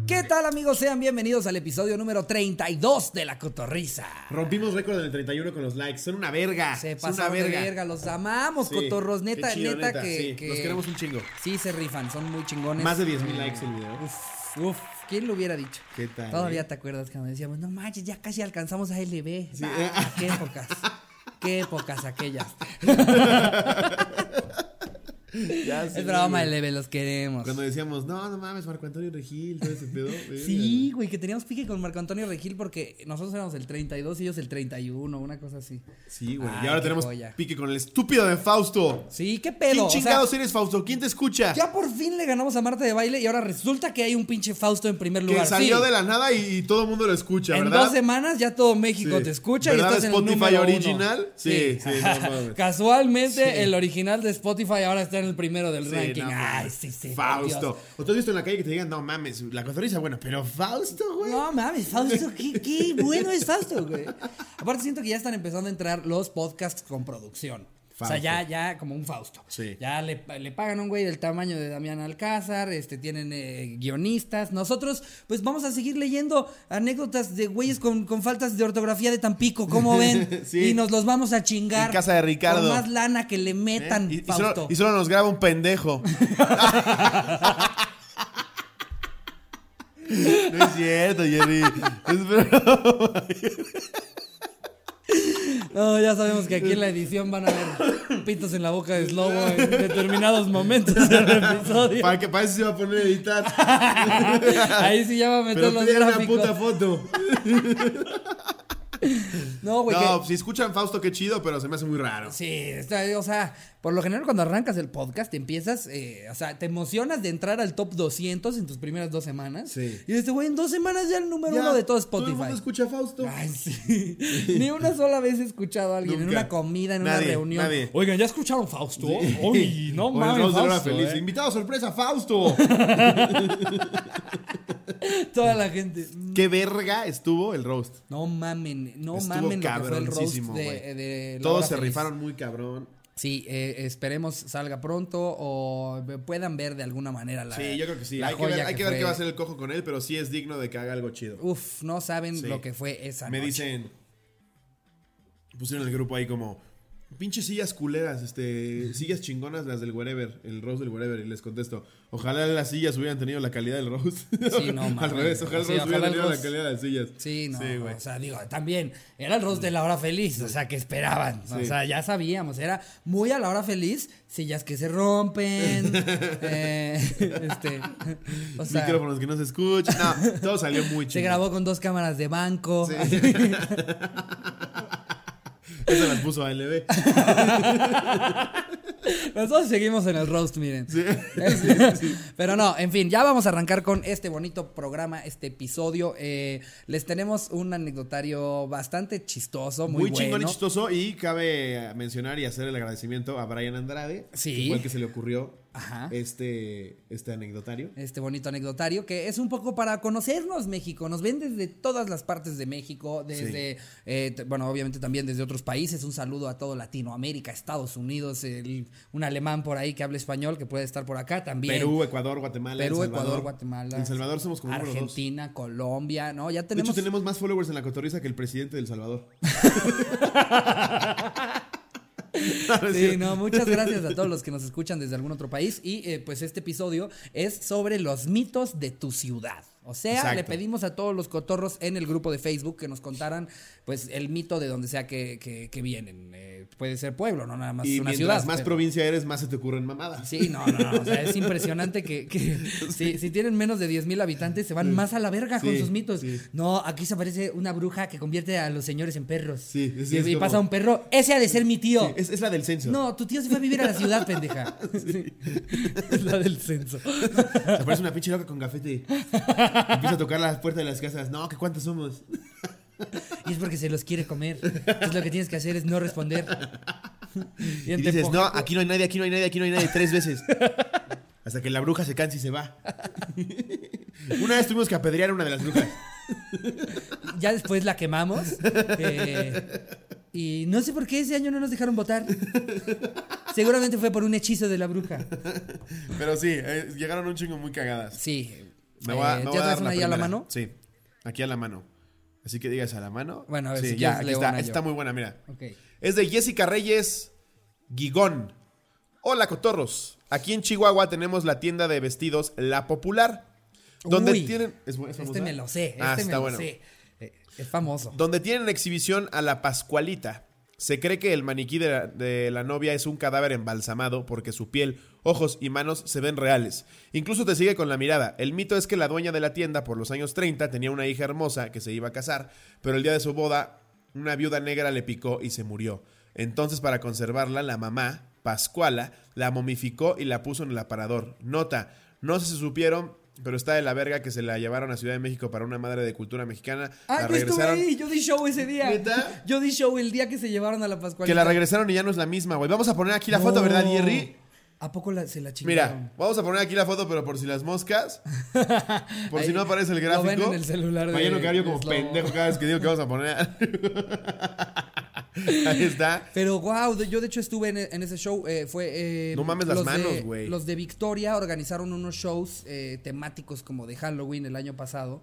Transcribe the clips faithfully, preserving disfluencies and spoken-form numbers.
¿Qué tal, amigos? Sean bienvenidos al episodio número treinta y dos de La Cotorrisa. Rompimos récord en el treinta y uno con los likes. Son una verga. Se Son pasaron una verga. de verga. Los amamos, Sí, cotorros. Neta, chido, neta, neta, que, sí. que... Los queremos un chingo. Sí, se rifan. Son muy chingones. Más de diez mil likes el video. Uf, uf. ¿Quién lo hubiera dicho? ¿Qué tal? Todavía eh? te acuerdas cuando decíamos, no manches, ya casi alcanzamos a L B. Sí. Ah, qué épocas. Qué épocas aquellas. Ya Es sé, broma, güey. L B, los queremos. Cuando decíamos, no, no mames, Marco Antonio Regil, todo ese pedo. Sí, güey, que teníamos pique con Marco Antonio Regil porque nosotros éramos el treinta y dos y ellos el treinta y uno, una cosa así. Sí, güey. Ay, Y ahora qué tenemos joya. pique con el estúpido de Fausto. Sí, qué pedo. ¿Quién O sea, chingados eres, Fausto? ¿Quién te escucha? ya por fin le ganamos a Marta de Baile y ahora resulta que hay un pinche Fausto en primer Que lugar. salió Sí. de la nada y, y todo el mundo lo escucha, En ¿verdad? dos semanas ya todo México Sí. te escucha y ¿Verdad, estás en el Spotify número uno. original? Sí, sí, no mames. Casualmente Sí. el original de Spotify ahora está en el primero del Sí, ranking. no Ay, mames. sí, sí. Fausto. Dios. ¿O tú has visto en la calle que te digan, no mames, la cotorriza, bueno, pero Fausto, güey? No mames, Fausto, qué, qué bueno es Fausto, güey. Aparte siento que ya están empezando a entrar los podcasts con producción. Fausto. O sea, ya, ya como un Fausto. Sí. Ya le, le pagan a un güey del tamaño de Damián Alcázar, este, tienen eh, guionistas. Nosotros, pues vamos a seguir leyendo anécdotas de güeyes con, con faltas de ortografía de Tampico, ¿cómo ven? Sí. Y nos los vamos a chingar. En casa de Ricardo. Por más lana que le metan, ¿Eh? Y, y Fausto. solo, y solo nos graba un pendejo. No es cierto, Jerry. Es broma. No, ya sabemos que aquí en la edición van a ver pitos en la boca de Slobo en determinados momentos del episodio. Para que para eso se va a poner a editar. Ahí sí ya va a meter Pero los piden una gráficos. puta foto. No, güey, No, que... si escuchan Fausto, qué chido, pero se me hace muy raro. Sí, está, o sea, por lo general cuando arrancas el podcast empiezas, eh, o sea, te emocionas de entrar al top doscientos en tus primeras dos semanas. Sí. Y este güey en dos semanas ya el número Ya, uno de todo Todo el Spotify. mundo escucha a Fausto. Ay, sí. Ni una sola vez he escuchado a alguien en Nunca. una comida, en Nadie, una reunión. nadie. Oigan, ¿ya escucharon Fausto? Uy, no O el mames, roast de Hora Fausto, Feliz. eh. Invitado sorpresa, Fausto. Toda la gente. Qué verga estuvo el roast. No mamen, no Estuvo mamen lo que fue el roast cabroncísimo, de, güey. de La Todos Hora se Feliz. rifaron muy cabrón. Sí, eh, esperemos salga pronto o puedan ver de alguna manera la Sí, yo creo que sí. la Hay que ver, joya hay que ver fue. qué va a hacer el cojo con él, pero sí es digno de que haga algo chido. Uf, no saben Sí. lo que fue esa Me noche. dicen, pusieron en el grupo ahí como, pinches sillas culeras, este, sillas chingonas las del wherever, el roast del wherever, y les contesto, ojalá las sillas hubieran tenido la calidad del roast. Sí, no, Al mames. revés, ojalá el Sí, roast ojalá hubiera el tenido roast- la calidad de las sillas. Sí, no, Sí, güey. o sea, digo, también era el roast de La Hora Feliz, o sea, que esperaban, o Sí. sea, ya sabíamos, era muy a La Hora Feliz, sillas que se rompen, eh, este, o sea, Micrófonos que no se escuchan. No, todo salió muy chido. se grabó con dos cámaras de banco. Sí. Eso las puso a L B. Nosotros seguimos en el roast, miren. Sí. Pero no, en fin, ya vamos a arrancar con este bonito programa, este episodio. Eh, les tenemos un anecdotario bastante chistoso, muy, Muy, bueno. chingón y chistoso. Y cabe mencionar y hacer el agradecimiento a Brian Andrade. Sí. Que fue el que se le ocurrió Ajá. este, este anecdotario. Este bonito anecdotario que es un poco para conocernos México. Nos ven desde todas las partes de México, desde, Sí. eh, t- bueno, obviamente también desde otros países. Un saludo a todo Latinoamérica, Estados Unidos, el- un alemán por ahí que habla español que puede estar por acá también. Perú, Ecuador, Guatemala. Perú, El Salvador. Ecuador, Guatemala. En Salvador somos como número dos. Argentina, Colombia, ¿no? Ya De tenemos. hecho, tenemos más followers en la cotorriza que el presidente del Salvador. Sí, no, muchas gracias a todos los que nos escuchan desde algún otro país. Y eh, pues este episodio es sobre los mitos de tu ciudad. O sea, Exacto. le pedimos a todos los cotorros en el grupo de Facebook que nos contaran, pues, el mito de donde sea que, que, que vienen. Eh, puede ser pueblo, no nada más Y una mientras ciudad. más pero- provincia eres, más se te ocurren mamadas. Sí, no, no, no. O sea, es impresionante que, que si, si tienen menos de diez mil habitantes, se van más a la verga con Sí, sus mitos. sí. No, aquí se aparece una bruja que convierte a los señores en perros. Sí, sí, y es y como- pasa un perro, ese ha de ser mi tío. Sí, es, es la del censo. No, tu tío se fue a vivir a la ciudad, pendeja. Sí. Es la del censo. Se aparece una pinche loca con gafete. Empieza a tocar las puertas de las casas. No, ¿que cuántos somos? Y es porque se los quiere comer. Entonces lo que tienes que hacer es no responder. Y dices, no, aquí no hay nadie, aquí no hay nadie, aquí no hay nadie, tres veces. Hasta que la bruja se cansa y se va. Una vez tuvimos que apedrear a una de las brujas. Ya después la quemamos. eh, y no sé por qué ese año no nos dejaron votar. Seguramente fue por un hechizo de la bruja. Pero sí, eh, llegaron un chingo muy cagadas. Sí. Me voy a, Eh, me voy ¿ya a dar traes la una ahí a la primera. mano? Sí, aquí a la mano. Así que digas a la mano. Bueno, a ver, sí, si ya, quieres aquí leo está, una yo. está muy buena, mira. Ok. Es de Jessica Reyes Guigón. Hola, cotorros. Aquí en Chihuahua tenemos la tienda de vestidos La Popular. Donde Uy, tienen. ¿Es, es famosa? Este me lo sé, este Ah, me está lo bueno. sé. Eh, es famoso. Donde tienen exhibición a la Pascualita. Se cree que el maniquí de la, de la novia es un cadáver embalsamado porque su piel, ojos y manos se ven reales. Incluso te sigue con la mirada. El mito es que la dueña de la tienda por los años treinta tenía una hija hermosa que se iba a casar, pero el día de su boda una viuda negra le picó y se murió. Entonces, para conservarla, la mamá, Pascuala, la momificó y la puso en el aparador. Nota, no sé si supieron, pero está de la verga que se la llevaron a Ciudad de México para una madre de cultura mexicana. Ah, la yo estuve regresaron. ahí, yo di show ese día. ¿Neta? Yo di show el día que se llevaron a la Pascualita. Que la regresaron y ya no es la misma, güey. Vamos a poner aquí la foto, No. ¿verdad, Jerry? ¿A poco la- se la chingaron? Mira, vamos a poner aquí la foto, pero por si las moscas. Por si Ahí no aparece el lo gráfico. ven en el celular de- Para yo no quedar yo de como Slobo. pendejo cada vez que digo que vamos a poner. Ahí está. Pero wow, de- yo de hecho estuve en, en ese show. eh, fue eh, No mames las los de- manos, güey. Los de Victoria organizaron unos shows eh, temáticos como de Halloween el año pasado.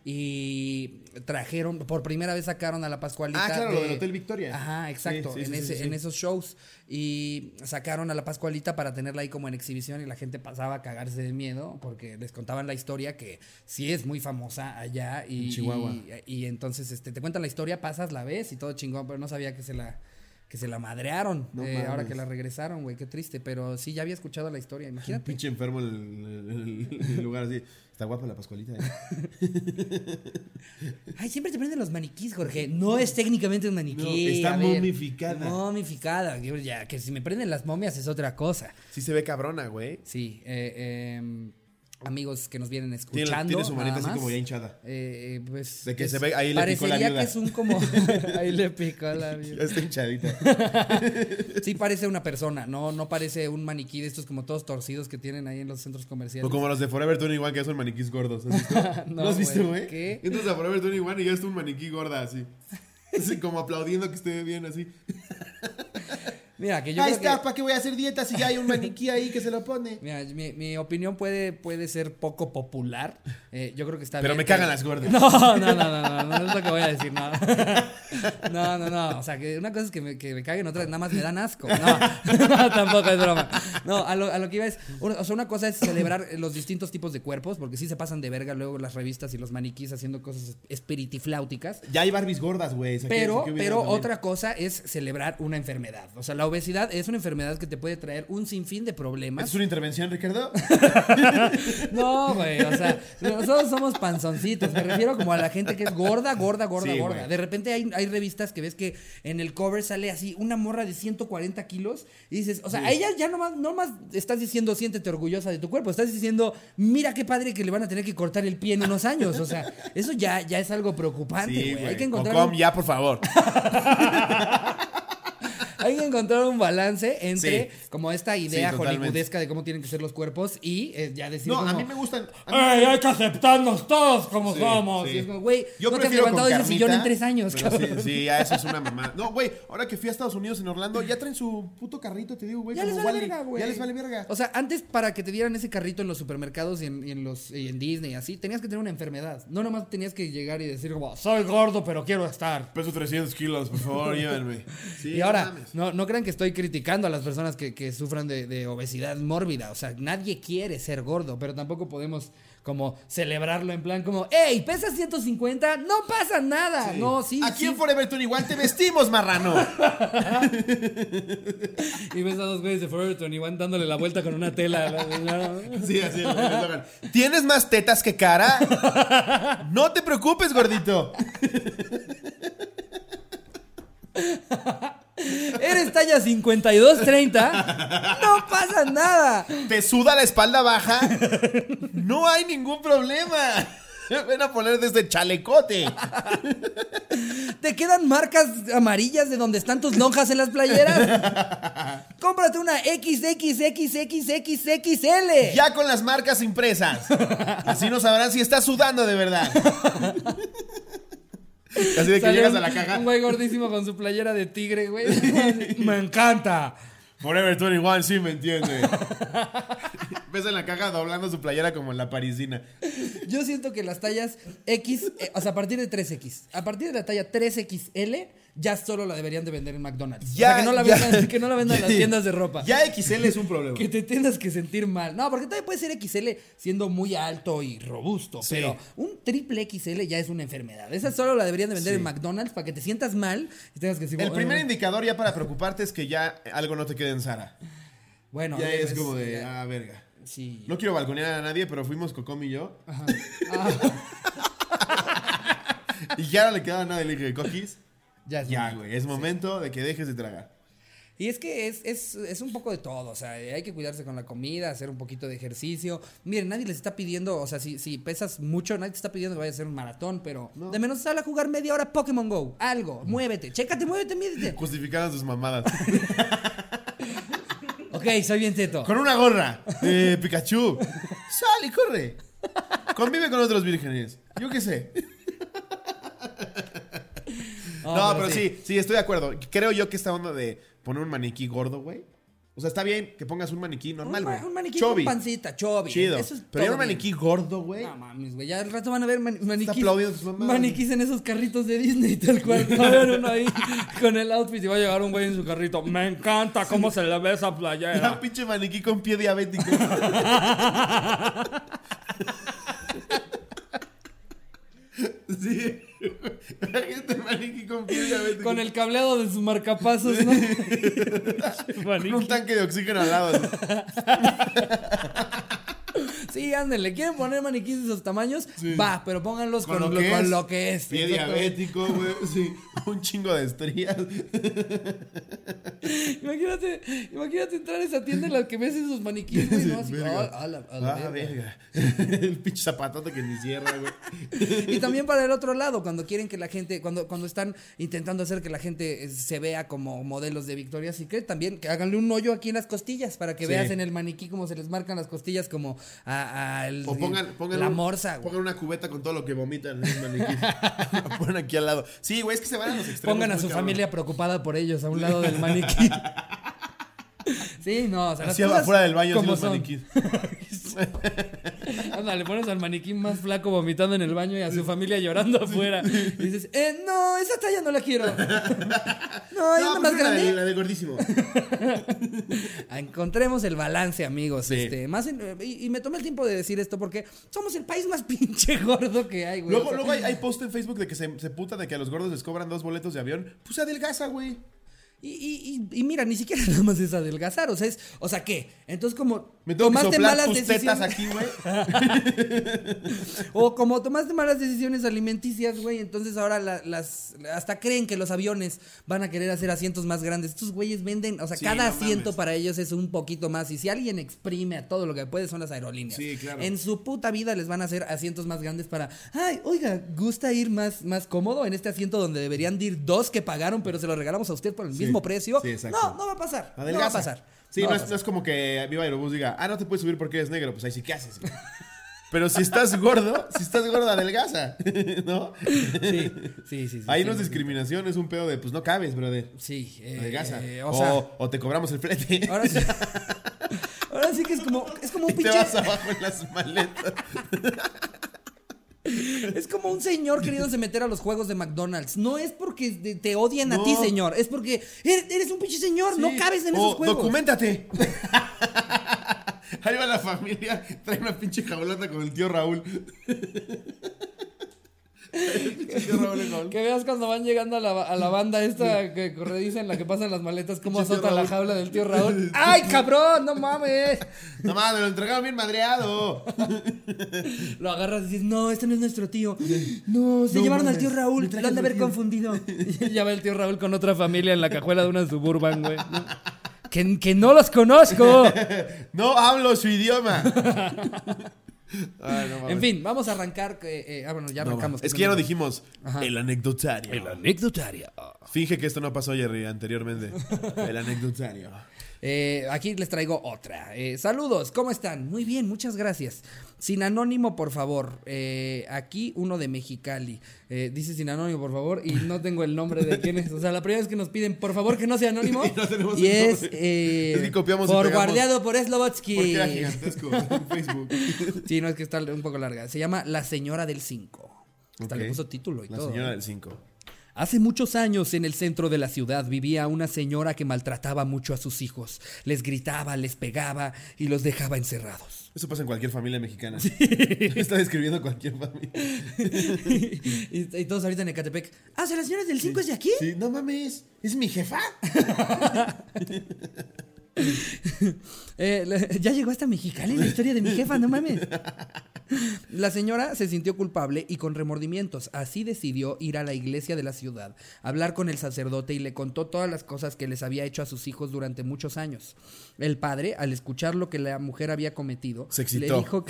Y trajeron, por primera vez sacaron a la Pascualita. Ah, claro, de- lo del Hotel Victoria. Ajá, exacto, Sí, sí, en, sí, ese, sí, sí. en esos shows. Y sacaron a la Pascualita para tenerla ahí como en exhibición y la gente pasaba a cagarse de miedo porque les contaban la historia que sí es muy famosa allá. Y, En Chihuahua. y, y entonces este, te cuentan la historia, pasas, la ves y todo chingón, pero no sabía que se la... Que se la madrearon No eh, mames. ahora que la regresaron, güey, qué triste. Pero sí, ya había escuchado la historia, Un imagínate. pinche enfermo en el, en el- en el lugar así. Está guapa la Pascualita, ¿eh? Ay, siempre te prenden los maniquís, Jorge. No es técnicamente un maniquí. No, está a ver. momificada. Momificada. Yo ya, que si me prenden las momias es otra cosa. Sí se ve cabrona, güey. Sí, eh, eh, amigos que nos vienen Tiene, escuchando. tiene su manita nada así más. como ya hinchada. Eh, eh, pues, De que es- se ve- ahí le picó la parecería viuda. que es un como... ahí le picó la Ya viuda. está hinchadita. Sí parece una persona, no, no parece un maniquí de estos como todos torcidos que tienen ahí en los centros comerciales. O como los de Forever twenty-one que son maniquís gordos. ¿Has visto? No, ¿Lo has visto, güey? güey? ¿Qué? Entras a Forever twenty-one y ya está un maniquí gorda así. Así como aplaudiendo que esté bien así. Mira, que yo Ahí creo está, que- ¿para qué voy a hacer dieta si ya hay un maniquí ahí que se lo pone? Mira, mi, mi opinión puede, puede ser poco popular. Eh, yo creo que está Pero bien me que- cagan las gordas. No, no, no, no, no, no es lo que voy a decir, no. No, no, no. O sea, que una cosa es que me, que me caguen, otra nada más me dan asco. No, no, tampoco es broma. No, a lo, a lo que iba es. O sea, una cosa es celebrar los distintos tipos de cuerpos, porque sí se pasan de verga luego las revistas y los maniquís haciendo cosas espiritifláuticas. Ya hay Barbies gordas, güey. Saqué- Pero, saqué un video pero también. otra cosa es celebrar una enfermedad. O sea, la obesidad es una enfermedad que te puede traer un sinfín de problemas. ¿Es una intervención, Ricardo? No, güey, o sea, nosotros somos panzoncitos. Me refiero como a la gente que es gorda, gorda, gorda, Sí, gorda. güey. De repente hay, hay revistas que ves que en el cover sale así una morra de ciento cuarenta kilos y dices, o sea, a ella ya nomás, nomás estás diciendo siéntete orgullosa de tu cuerpo, estás diciendo, mira qué padre que le van a tener que cortar el pie en unos años. O sea, eso ya, ya es algo preocupante, Sí, güey. güey. Hay que encontrar Ocom, un- ya, por favor. Hay que encontrar un balance entre Sí. como esta idea Sí, totalmente. hollywoodesca de cómo tienen que ser los cuerpos y eh, ya decir No, como, a mí me gustan. a mí- ¡ay, hay que aceptarnos todos como Sí, somos! sí. Y es como, güey, Yo no te has prefiero levantado con de ese sillón en carnita, tres años, pero cabrón. Sí, sí, ya eso es una mamá. No, güey, ahora que fui a Estados Unidos en Orlando, ya traen su puto carrito, te digo, güey. Ya como les vale Wall-E. verga, güey. Ya les vale verga. O sea, antes para que te dieran ese carrito en los supermercados y en, y en los y en Disney y así, tenías que tener una enfermedad. No nomás tenías que llegar y decir como, soy gordo, pero quiero estar. Peso trescientos kilos, por favor, llévenme. Sí, Y no ahora, mames. no, no crean que estoy criticando a las personas que, que sufran de, de obesidad mórbida. O sea, nadie quiere ser gordo, pero tampoco podemos como celebrarlo en plan como, ¡ey, pesas ciento cincuenta! ¡No pasa nada! Sí. No, sí, Aquí sí. en Forever veintiuno te vestimos, marrano. Y ves a dos güeyes de Forever veintiuno dándole la vuelta con una tela. ¿no? Sí, así es. el eslogan. ¿Tienes más tetas que cara? No te preocupes, gordito. Eres talla cincuenta y dos treinta. No pasa nada. ¿Te suda la espalda baja? No hay ningún problema. Ven a poner desde chalecote. ¿Te quedan marcas amarillas de donde están tus lonjas en las playeras? Cómprate una equis equis equis equis equis equis ele. Ya con las marcas impresas. Así no sabrán si estás sudando de verdad. Así de que Sale llegas un- a la caja. Un güey gordísimo con su playera de tigre, güey. Me encanta. Forever veintiuno, sí me entiende. Pesa en la caja doblando su playera como en la parisina. Yo siento que las tallas X, eh, o sea, a partir de tres equis, a partir de la talla tres equis ele, ya solo la deberían de vender en McDonald's. Ya, o sea, que no la ya. vendan, que no la vendan en las tiendas de ropa. Ya equis ele es un problema. Que te tengas que sentir mal. No, porque todavía puede ser equis ele siendo muy alto y robusto. Sí. Pero un triple equis ele ya es una enfermedad. Esa solo la deberían de vender Sí. en McDonald's para que te sientas mal y tengas que decir... El primer "Ah". indicador ya para preocuparte es que ya algo no te quede en Zara. Bueno, Ya es pues, como de, eh, ah, verga. Sí. No quiero balconear a nadie, pero fuimos Cocom y yo. Ajá. Ah, Y ya no le quedaba nada. Y le dije, Coquis, ya es ya, momento. güey, es momento de que dejes de tragar. Y es que es, es, es un poco de todo, o sea, hay que cuidarse con la comida, hacer un poquito de ejercicio. Miren, nadie les está pidiendo, o sea, si, si pesas mucho, nadie te está pidiendo que vayas a hacer un maratón, pero No. de menos sal a jugar media hora Pokémon Go, algo, muévete, chécate, muévete, mídete. Justificaban sus mamadas. Ok, soy bien teto. Con una gorra de Pikachu. Sal y corre. Convive con otros vírgenes. Yo qué sé. No, pero sí. sí, estoy de acuerdo. Creo yo que esta onda de poner un maniquí gordo, güey. O sea, está bien que pongas un maniquí normal, Un, güey. ma- un maniquí Chubby. con pancita, chubby. Chido. Eso es Pero ya todo un maniquí gordo, güey. bien. No mames, güey, ya al rato van a ver man- maniquís. aplaudiendo tus mamadas. Maniquís en esos carritos de Disney, tal cual. Va a haber uno ahí con el outfit y va a llegar un güey en su carrito. Me encanta cómo se le ve esa Ya, playera. pinche maniquí con pie diabético. Sí. Imagínate maniquí con pie diabético. Con el cableado de sus marcapasos, ¿no? Con un tanque de oxígeno al lado. Sí, ándenle. ¿Quieren poner maniquís de esos tamaños? Sí. Va, pero pónganlos con, Con lo, lo que con es. lo que es. Pie Exactamente. diabético, güey. Sí. Un chingo de estrías. Imagínate, imagínate entrar a esa tienda en la que ves esos maniquíes, güey, ¿no? Así, Verga. ah, a la- a la Ah, verga. verga. El pinche zapatote que ni cierra, güey. Y también para el otro lado, cuando quieren que la gente, cuando, cuando están intentando hacer que la gente eh, se vea como modelos de Victoria's Secret, también que háganle un hoyo aquí en las costillas para que Sí. veas en el maniquí cómo se les marcan las costillas como a, a el- O pongan, pongan la un- morsa, güey. Pongan una cubeta con todo lo que vomitan en el maniquí. Lo ponen aquí al lado. Sí, güey, es que se van a los extremos. Pongan a muy su cabrón. familia preocupada por ellos a un lado del maniquí. Sí, no, o sea, las Así cosas afuera del baño, así como los son. maniquís. Ándale, pones al maniquí más flaco vomitando en el baño y a su familia llorando afuera. Y dices, eh, no, esa talla no la quiero. No, hay No, una pues más la de, grande. la de gordísimo. Encontremos el balance, amigos. Sí. Este, más en- y, y me tomé el tiempo de decir esto porque somos el país más pinche gordo que hay, güey. Luego, O sea, luego hay, hay post en Facebook de que se, se puta de que a los gordos les cobran dos boletos de avión. Pues adelgaza, güey. Y, y, y, y mira, ni siquiera nada más es adelgazar. O sea, es, o sea, ¿qué? Entonces, como Me tengo que tomaste soplar malas tus tetas decisiones. aquí, güey. O como tomaste malas decisiones alimenticias, güey, entonces ahora la- las hasta creen que los aviones van a querer hacer asientos más grandes. Estos güeyes venden, o sea, Sí, cada no asiento mames. para ellos es un poquito más. Y si alguien exprime a todo lo que puede, son las aerolíneas. Sí, claro. En su puta vida les van a hacer asientos más grandes para, ay, oiga, ¿gusta ir más, más cómodo en este asiento donde deberían de ir dos que pagaron, pero se lo regalamos a usted por el Sí, mismo precio? sí, exacto. No, no va a pasar. Adelgaza. No va a pasar. Sí, No no, va a es, pasar. no es como que Viva Aerobús diga, ah, no te puedes subir porque eres negro. Pues ahí sí, ¿qué haces? Pero si estás gordo, si estás gordo, adelgaza. ¿No? Sí, sí, sí. sí Ahí sí, no es sí. discriminación, es un pedo de, pues no cabes, brother. Sí, eh, Adelgaza. eh, o, o sea, o te cobramos el flete. ahora sí. Ahora sí que es como, es como un Y te pinche. vas abajo en las maletas. Es como un señor queriéndose meter a los juegos de McDonald's. No es porque te- te odian a No. ti, señor. Es porque eres, eres un pinche señor. No Sí. cabes en O esos juegos. documéntate. Ahí va la familia, trae una pinche jaulata con el tío Raúl. El pinche tío Raúl en jaula. Que veas cuando van llegando a la, a la banda esta que corrediza en la que pasan las maletas, cómo Pinche tío azota la Raúl. jaula del tío Raúl. ¡Ay, cabrón! ¡No mames! No mames, me lo entregaron bien madreado. Lo agarras y dices, no, este no es nuestro tío. No, se No llevaron al mames, tío Raúl. me traje Lo han de a su haber tío. confundido. Y ya va el tío Raúl con otra familia en la cajuela de una Suburban, güey. Que, que no los conozco. No hablo su idioma. Ay, no mames. En fin, vamos a arrancar. eh, eh, ah, bueno, ya No, arrancamos. es que ya no dijimos Ajá. el anecdotario. El anecdotario. Finge que esto no pasó, Jerry, anteriormente. El anecdotario. Eh, aquí les traigo otra. Eh, saludos, ¿cómo están? Muy bien, muchas gracias. Sin anónimo, por favor. Eh, aquí uno de Mexicali. Eh, dice sin anónimo, por favor, y no tengo el nombre de quién es. O sea, la primera vez que nos piden, por favor, que no sea anónimo. Y no tenemos y el es, nombre. eh, Es que copiamos y por pegamos. guardiado por Slobotsky. Porque era gigantesco en Facebook. Sí, no, es que está un poco larga. Se llama La Señora del cinco. Hasta Ok. le puso título y La todo. señora del cinco. Hace muchos años en el centro de la ciudad vivía una señora que maltrataba mucho a sus hijos. Les gritaba, les pegaba y los dejaba encerrados. Eso pasa en cualquier familia mexicana. Está describiendo cualquier familia. y, y todos ahorita en Ecatepec. Ah, o sea, la señora del cinco es de aquí. Sí, no mames. ¿Es mi jefa? Eh, la- ya llegó hasta Mexicali la historia de mi jefa, no mames. La señora se sintió culpable y con remordimientos. Así decidió ir a la iglesia de la ciudad, hablar con el sacerdote y le contó todas las cosas que les había hecho a sus hijos durante muchos años. El padre, al escuchar lo que la mujer había cometido, Se excitó. le dijo que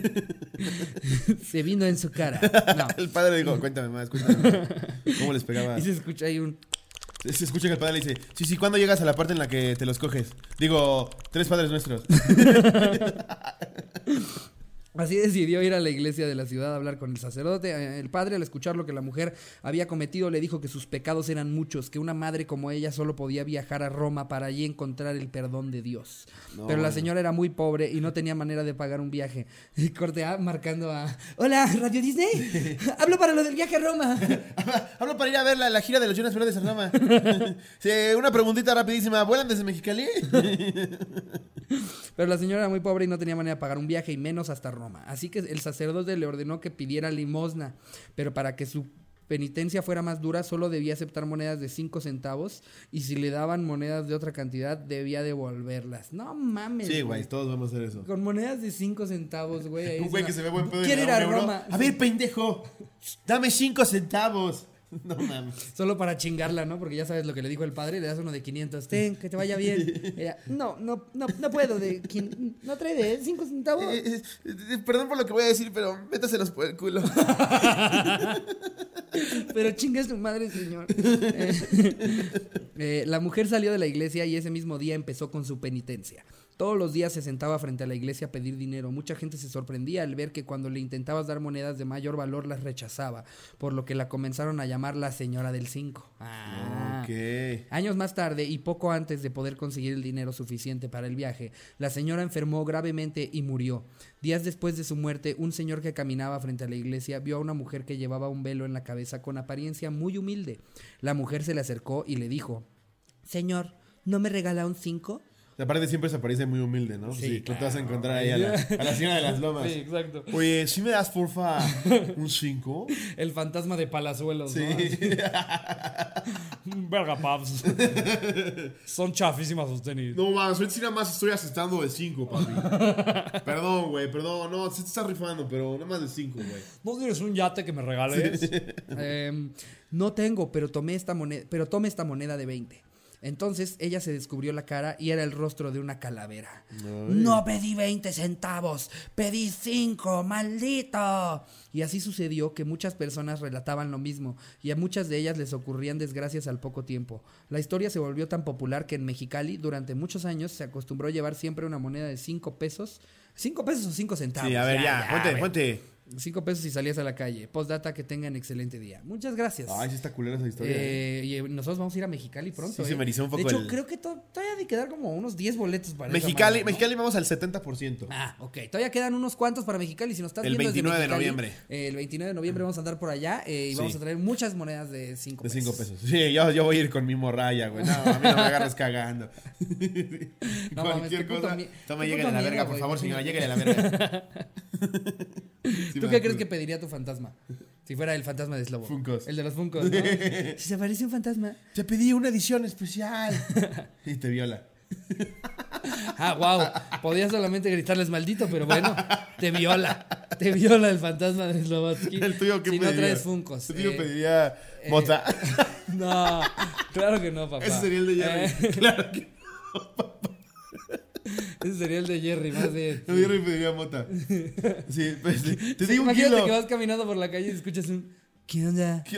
se vino en su cara. No. El padre dijo, cuéntame más, cuéntame más. ¿Cómo les pegaba? Y se escucha ahí un... Se escucha que el padre le dice, sí, sí, ¿cuándo llegas a la parte en la que te los coges? Digo, tres padres nuestros. Así decidió ir a la iglesia de la ciudad a hablar con el sacerdote. El padre, al escuchar lo que la mujer había cometido, le dijo que sus pecados eran muchos, que una madre como ella solo podía viajar a Roma para allí encontrar el perdón de Dios. No. Pero la señora era muy pobre y no tenía manera de pagar un viaje. Y corte A marcando a... Hola, Radio Disney. Hablo para lo del viaje a Roma. Hablo para ir a ver la, la gira de los Jonas Brothers en Roma. Sí, una preguntita rapidísima. ¿Vuelan desde Mexicali? Pero la señora era muy pobre y no tenía manera de pagar un viaje y menos hasta Roma. Así que el sacerdote le ordenó que pidiera limosna, pero para que su penitencia fuera más dura solo debía aceptar monedas de cinco centavos y si le daban monedas de otra cantidad debía devolverlas. No mames. Sí, güey, todos vamos a hacer eso. Con monedas de cinco centavos, güey. ahí Un es güey una- que se ve buen pedo y Quiero le ir da a un euro. Roma. A ver, pendejo, dame cinco centavos. No mames. Solo para chingarla, ¿no? Porque ya sabes lo que le dijo el padre, le das uno de quinientos. Ten, que te vaya bien. Ella, no, no, no, no puedo. De, quin- ¿No trae de cinco centavos? Eh, eh, eh, perdón por lo que voy a decir, pero métaselos por el culo. Pero chinga su madre, señor. Eh, eh, la mujer salió de la iglesia y ese mismo día empezó con su penitencia. Todos los días se sentaba frente a la iglesia a pedir dinero. Mucha gente se sorprendía al ver que cuando le intentabas dar monedas de mayor valor las rechazaba, por lo que la comenzaron a llamar la señora del cinco. Ah. Ok. Años más tarde y poco antes de poder conseguir el dinero suficiente para el viaje, la señora enfermó gravemente y murió. Días después de su muerte, un señor que caminaba frente a la iglesia vio a una mujer que llevaba un velo en la cabeza con apariencia muy humilde. La mujer se le acercó y le dijo: Señor, ¿no me regala un cinco? Aparte siempre se aparece muy humilde, ¿no? Sí, tú te vas a claro. encontrar ahí a la, a la señora de las lomas. Sí, exacto. Oye, ¿sí me das, porfa, un cinco? El fantasma de Palazuelos, Sí. ¿no? Verga, paps. Son chafísimas sus tenis. No, mames, ahorita sí nada más estoy aceptando de cinco, papi. Perdón, güey, perdón. No, sí te estás rifando, pero nada más de cinco, güey. ¿No tienes un yate que me regales? Eh, no tengo, pero tomé esta moneda, pero tome esta moneda de veinte. Entonces ella se descubrió la cara y era el rostro de una calavera. Ay. No pedí veinte centavos, pedí cinco, maldito. Y así sucedió que muchas personas relataban lo mismo y a muchas de ellas les ocurrían desgracias al poco tiempo. La historia se volvió tan popular que en Mexicali durante muchos años se acostumbró a llevar siempre una moneda de cinco pesos. ¿Cinco pesos o cinco centavos? Sí, a ver, ya, ponte, a ver. ponte. Cinco pesos y salías a la calle. Postdata, que tengan excelente día. Muchas gracias. Ay, sí está culera esa historia. Eh, y nosotros vamos a ir a Mexicali pronto. Sí, eh. se me erizó un poco De hecho, el- creo que to- todavía hay de quedar como unos diez boletos para esa Mexicali, madre, ¿no? Mexicali vamos al setenta por ciento. Ah, ok. Todavía quedan unos cuantos para Mexicali. Si nos estás El viendo desde veintinueve de Mexicali, noviembre. eh, el veintinueve de noviembre vamos a andar por allá eh, y Sí. vamos a traer muchas monedas de cinco De pesos. cinco pesos. Sí, yo, yo voy a ir con mi morralla, güey. No, a mí no me agarres cagando. No, mames, Cualquier qué puto cosa. mi- Toma, qué lléguele puto a la miedo, verga, por güey. favor, señora, lléguele a la verga. Sí, ¿Tú me qué da crees culo. que pediría tu fantasma? Si fuera el fantasma de Slobo. Funkos. El de los Funkos, ¿no? Si se aparece un fantasma. Te pedí una edición especial. Y te viola. Ah, wow. Podía solamente gritarles maldito, pero bueno, te viola. Te viola el fantasma de Slobotsky. ¿El tuyo qué Si no pediría? traes Funkos. El tuyo eh, pediría mota. No, claro que no, papá. Ese sería el de Jerry. Eh, Claro que ese sería el de Jerry, más de. no. Jerry pediría mota. Sí, pues, te Sí, digo un imagínate kilo. que vas caminando por la calle y escuchas un ¿Qué onda? ¿Qué?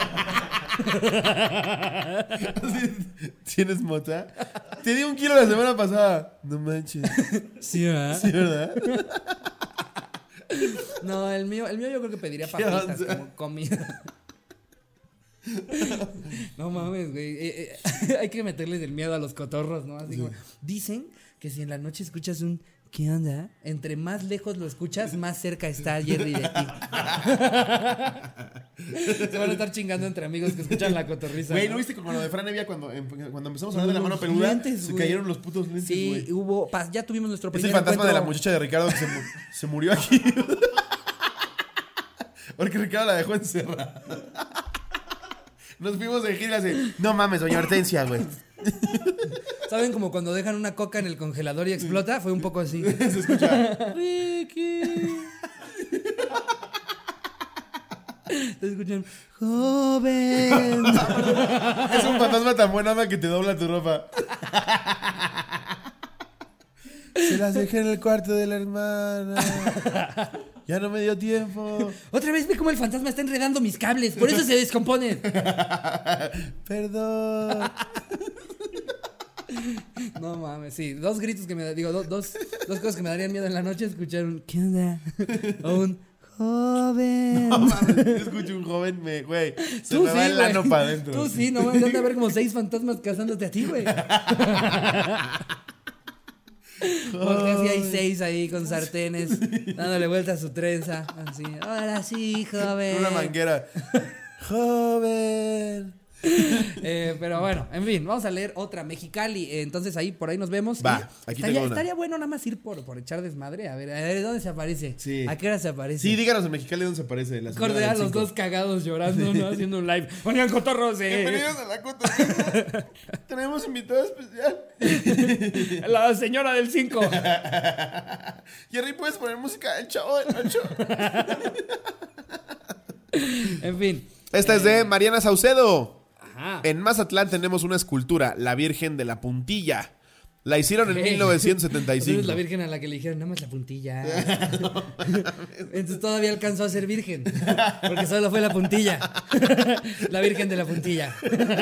¿Tienes mota? Te di un kilo la semana pasada. No manches. Sí, ¿verdad? Sí, ¿verdad? No, el mío, el mío yo creo que pediría papitas como comida. No mames, güey. Eh, eh, hay que meterles el miedo a los cotorros, ¿no? Así como, dicen que si en la noche escuchas un ¿qué onda? Entre más lejos lo escuchas, más cerca está Jerry de ti. Se van a estar chingando entre amigos que escuchan la cotorriza. Güey, ¿no? ¿no viste como lo de Fran Evia cuando, cuando empezamos a hablar de la mano peluda? Lentes, se güey. cayeron los putos lentes, Sí, güey. hubo, pa- ya tuvimos nuestro Es primer el fantasma encuentro. de la muchacha de Ricardo que se, mu- se murió aquí. Porque Ricardo la dejó encerrada. Nos fuimos de gira y así, no mames, doña Hortensia, güey. ¿Saben como cuando dejan una coca en el congelador y explota? Fue un poco así. Se escucha. Ricky. Te escuchan, joven. Es un fantasma tan buena onda que te dobla tu ropa. Se las dejé en el cuarto de la hermana. Ya no me dio tiempo. Otra vez ve cómo el fantasma está enredando mis cables, por eso se descomponen. Perdón. No mames, sí, dos gritos que me da- digo, do- dos, dos cosas que me darían miedo en la noche, escuchar un ¿qué onda? O un joven. No mames, yo escucho un joven, me, güey. Se Tú me va sí, el ano güey. para adentro. Tú sí, no mames, van a ver como seis fantasmas cazándote a ti, güey. Porque así hay seis ahí con sartenes, dándole vuelta a su trenza. Así, ahora sí, joven. Una manguera. Joven. Eh, pero bueno, en fin, vamos a leer otra Mexicali. eh, Entonces ahí, por ahí nos vemos. Va, Y aquí estaría, tengo una. estaría bueno nada más ir por, por echar desmadre. A ver, a ver, ¿dónde se aparece? Sí. ¿A qué hora se aparece? Sí, díganos en Mexicali dónde se aparece la señora Acordé a del los cinco. dos cagados llorando, ¿no? Haciendo un live. Oigan, cotorros, eh. Bienvenidos a la cotorriza. Tenemos invitado especial. La señora del cinco. Jerry, ¿puedes poner música del Chavo del Ocho? En fin. Esta es de Mariana Saucedo. Ajá. En Mazatlán tenemos una escultura, la Virgen de la Puntilla. La hicieron en ¿Qué? mil novecientos setenta y Entonces cinco. la virgen a la que le dijeron, nada más la puntilla. Entonces todavía alcanzó a ser virgen. Porque solo fue la puntilla. La virgen de la puntilla.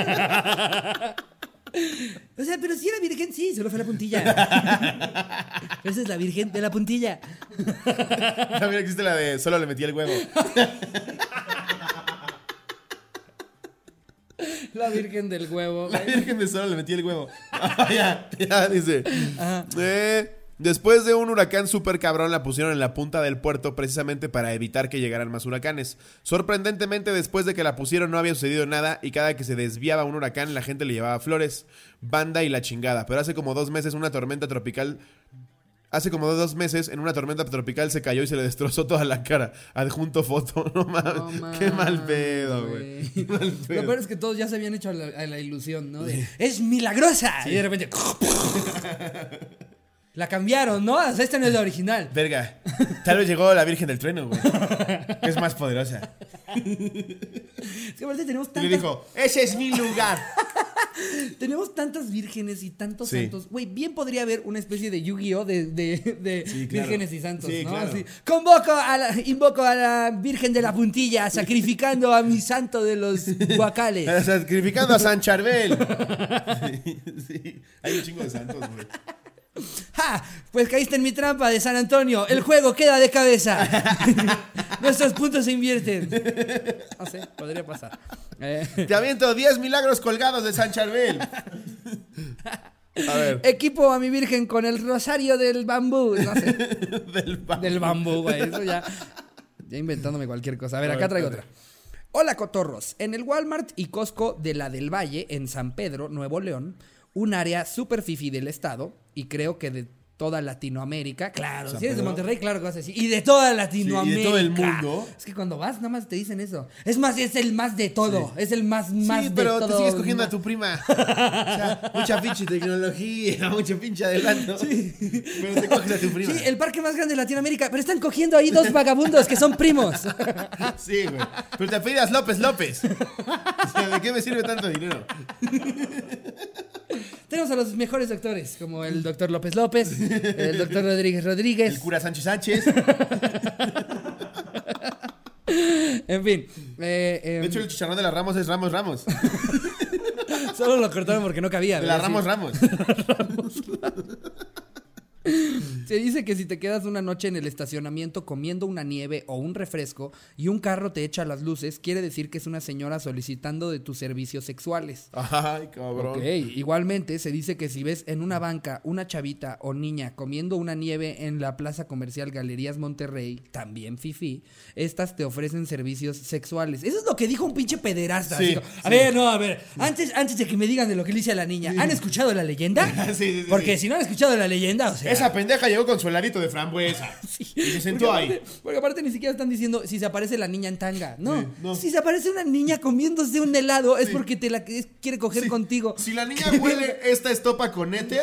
O sea, pero si era virgen, sí, solo fue la puntilla. Esa es la virgen de la puntilla. También existe la de solo le metí el huevo. La virgen del huevo. La Virgen de solo le metí el huevo. Ah, ya, ya, dice. Eh, después de un huracán súper cabrón, la pusieron en la punta del puerto precisamente para evitar que llegaran más huracanes. Sorprendentemente, después de que la pusieron no había sucedido nada y cada que se desviaba un huracán la gente le llevaba flores, banda y la chingada. Pero hace como dos meses una tormenta tropical... Hace como dos meses en una tormenta tropical se cayó y se le destrozó toda la cara. Adjunto foto. No mames. No mames, Qué mal pedo, güey. Qué mal pedo. Lo peor es que todos ya se habían hecho a la, a la ilusión, ¿no? De, ¡es milagrosa! Y de repente... La cambiaron, ¿no? O sea, esta no es la original. Verga. Tal vez llegó la Virgen del Trueno, güey. Que es más poderosa. Es que aparte tenemos Y le tantas, dijo, ese es mi lugar. tenemos tantas vírgenes y tantos Sí. santos. Güey, bien podría haber una especie de Yu-Gi-Oh! de, de, de Sí, claro. vírgenes y santos, Sí, ¿no? claro. Así, convoco a la, invoco a la Virgen de la Puntilla, sacrificando a mi santo de los guacales. Sacrificando a San Charbel. Sí, sí. Hay un chingo de santos, güey. ¡Ja! Pues caíste en mi trampa de San Antonio. El juego queda de cabeza. Nuestros puntos se invierten. No sé, podría pasar. Eh, Te aviento diez milagros colgados de San Charbel. A ver. Equipo a mi virgen con el rosario del bambú. No sé. Del pa- Del bambú, güey. Eso ya. Ya inventándome cualquier cosa. A ver, acá traigo otra. Hola, cotorros. En el Walmart y Costco de la del Valle, en San Pedro, Nuevo León, un área super fifi del estado, y creo que de toda Latinoamérica. Claro, San si eres de Pedro. Monterrey, claro que vas a decir. Y de toda Latinoamérica. Sí, y de todo el mundo. Es que cuando vas, nada más te dicen eso. Es más, es el más de todo. Es el más, más Sí, de pero todo. te sigues cogiendo a tu prima. O sea, mucha pinche tecnología, mucho pinche adelanto. Sí. Pero te coges a tu prima. Sí, el parque más grande de Latinoamérica. Pero están cogiendo ahí dos vagabundos que son primos. Sí, güey. Pero te apellidas López López. O sea, ¿de qué me sirve tanto dinero? Tenemos a los mejores doctores, como el doctor López López, el doctor Rodríguez Rodríguez. El cura Sánchez Sánchez. En fin. Eh, eh, De hecho, el chicharrón de las Ramos es Ramos Ramos. Solo lo cortaron porque no cabía. De la ¿verdad? Ramos Sí. Ramos. Se dice que si te quedas una noche en el estacionamiento comiendo una nieve o un refresco y un carro te echa las luces, quiere decir que es una señora solicitando de tus servicios sexuales. Ay, cabrón. Ok, igualmente se dice que si ves en una banca una chavita o niña comiendo una nieve en la plaza comercial Galerías Monterrey, también fifí, estas te ofrecen servicios sexuales. Eso es lo que dijo un pinche pederasta. Sí, Así como, a sí. ver, no, a ver, antes, antes de que me digan de lo que le hice a la niña, ¿han escuchado la leyenda? Sí, sí, sí, Porque sí. si no han escuchado la leyenda, o sea... Esa pendeja llegó con su heladito de frambuesa. Sí. Y se sentó porque ahí. aparte, porque aparte ni siquiera están diciendo si se aparece la niña en tanga. No, Sí, no. si se aparece una niña comiéndose un helado es Sí. porque te la es- quiere coger Sí. contigo. Si la niña huele esta estopa con éter,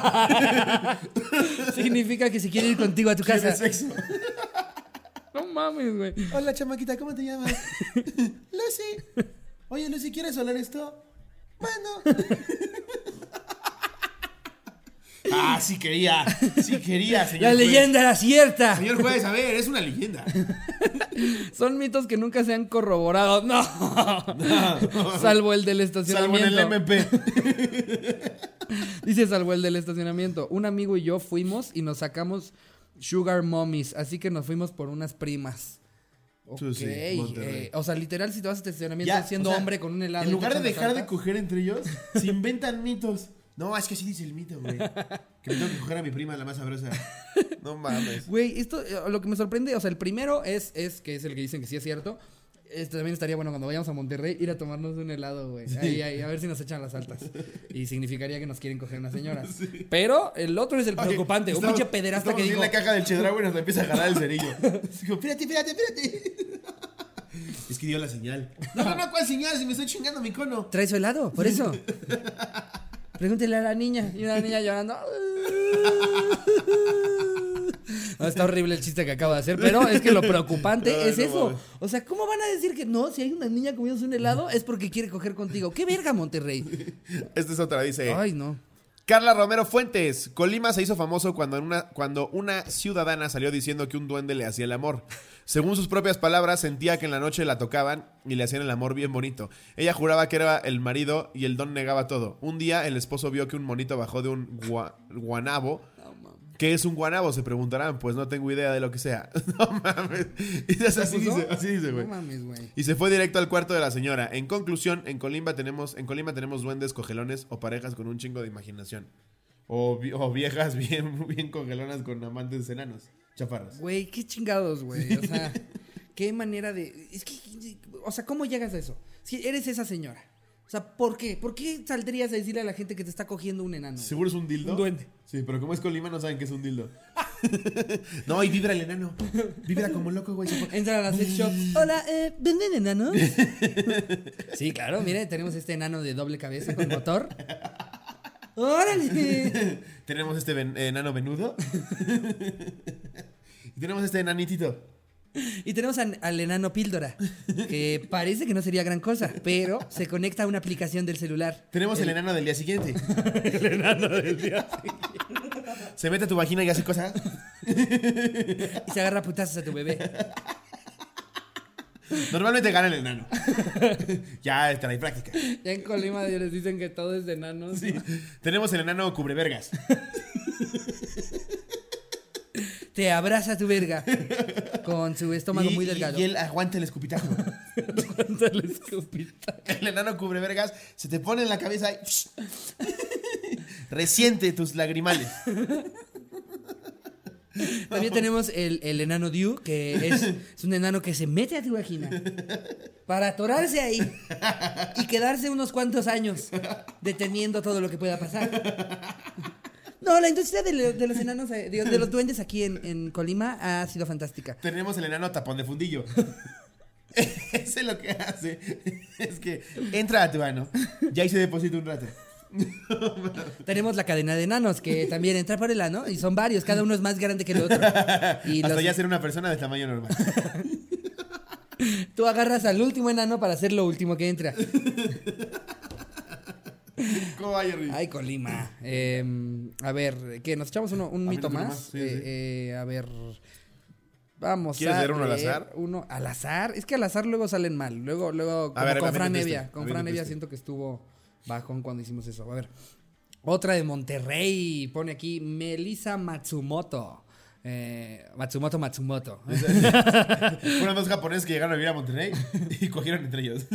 Significa que se quiere ir contigo a tu quiere casa. sexo. No mames, güey. Hola, chamaquita, ¿cómo te llamas? Lucy. Oye, Lucy, ¿quieres oler esto? Bueno. Ah, sí quería. Sí quería, señor La juez. leyenda era cierta. Señor juez, a ver, es una leyenda. Son mitos que nunca se han corroborado. No. Salvo el del Salvo en el estacionamiento. M P. Dice salvo el del estacionamiento. Un amigo y yo fuimos y nos sacamos sugar mommies, así que nos fuimos por unas primas. Ok, Sí, sí, Monterrey. eh, o sea, literal, si te vas a estacionamiento Ya, siendo o sea, hombre con un helado. En y lugar te de echan dejar las de altas. coger entre ellos, se inventan mitos. No, es que así dice el mito, güey. Que me tengo que coger a mi prima, la más sabrosa. No mames. Güey, esto, eh, lo que me sorprende, o sea, el primero es, es que es el que dicen que sí es cierto. Este también estaría bueno cuando vayamos a Monterrey ir a tomarnos un helado, güey. Ahí, ahí, a ver si nos echan las altas. Y significaría que nos quieren coger unas señoras. Sí. Pero el otro es el Oye, preocupante. Un estamos- pinche pederasta que estamos dijo. en la caja del chedraui y nos la empieza a jalar el cerillo. Digo, espérate, espérate, espérate. Es que dio la señal. No, no, no, ¿cuál señal? Si me estoy chingando mi cono. ¿Trae su helado? Por eso. Pregúntele a la niña. Y una niña llorando. No, está horrible el chiste que acabo de hacer, pero es que lo preocupante Ay, es no eso. mames. O sea, ¿cómo van a decir que no? Si hay una niña comiéndose un helado es porque quiere coger contigo. ¿Qué verga, Monterrey? Esta es otra, dice. Ay, no. Carla Romero Fuentes. Colima se hizo famoso cuando, en una, cuando una ciudadana salió diciendo que un duende le hacía el amor. Según sus propias palabras, sentía que en la noche la tocaban y le hacían el amor bien bonito. Ella juraba que era el marido y el don negaba todo. Un día el esposo vio que un monito bajó de un gua- guanabo. ¿Qué es un guanabo? Se preguntarán. Pues no tengo idea de lo que sea. No mames. Y es así puso? dice, así dice, güey. No mames, güey. Y se fue directo al cuarto de la señora. En conclusión, en Colima tenemos, en Colima tenemos duendes, cogelones o parejas con un chingo de imaginación. O, vi- o viejas bien, bien cogelonas con amantes enanos. Chaparras. Güey, qué chingados, güey. O sea, qué manera de. Es que. O sea, ¿cómo llegas a eso? Si eres esa señora. O sea, ¿por qué? ¿Por qué saldrías a decirle a la gente que te está cogiendo un enano? ¿Seguro es un dildo? Un duende. Sí, pero como es Colima no saben que es un dildo. No, y vibra el enano. Vibra como loco, güey. Se pone- Entra a la sex shop. Hola, eh, ¿venden enanos? Sí, claro, mire, tenemos este enano de doble cabeza con motor. ¡Órale! Tenemos este ven- enano venudo. Y tenemos este enanitito. Y tenemos an- al enano píldora, que parece que no sería gran cosa, pero se conecta a una aplicación del celular. Tenemos el, enano del día siguiente. El enano del día siguiente. Se mete a tu vagina y hace cosas. Y se agarra a putazos a tu bebé. Normalmente gana el enano. Ya está la práctica. Ya en Colima les dicen que todo es de enanos. Sí. ¿no? Tenemos el enano cubrevergas. Te abraza tu verga con su estómago y, muy y- delgado. y él aguanta el escupitajo. Aguanta el escupitajo. El enano cubrevergas se te pone en la cabeza y resiente tus lagrimales. También tenemos el, el enano Dew, que es, es un enano que se mete a tu vagina para atorarse ahí y quedarse unos cuantos años deteniendo todo lo que pueda pasar. No, la industria de, lo- de los enanos, eh, digo, de los duendes aquí en, en Colima ha sido fantástica. Tenemos el enano tapón de fundillo. Ese lo que hace es que entra a tu ano y ahí se deposita un rato. Tenemos la cadena de enanos, que también entra por el ano y son varios, cada uno es más grande que el otro. Y Hasta los- ya ser una persona de tamaño normal. tú agarras al último enano para hacer lo último que entra. ¿Cómo va, Jerry? Ay, Colima. Eh, a ver, ¿qué? ¿Nos echamos uno- un A mito mí no más? más, sí, Eh, sí. eh, a ver. Vamos ¿Quieres a leer uno al leer azar? Uno al azar. Es que al azar luego salen mal. Luego, luego, como ver, con aviéntate Fran este, Evia. Con Fran aviéntate Evia este. siento que estuvo bajón cuando hicimos eso. A ver. Otra de Monterrey. Pone aquí Melissa Matsumoto. Eh, Matsumoto Matsumoto. Fueron dos japoneses que llegaron a vivir a Monterrey y cogieron entre ellos.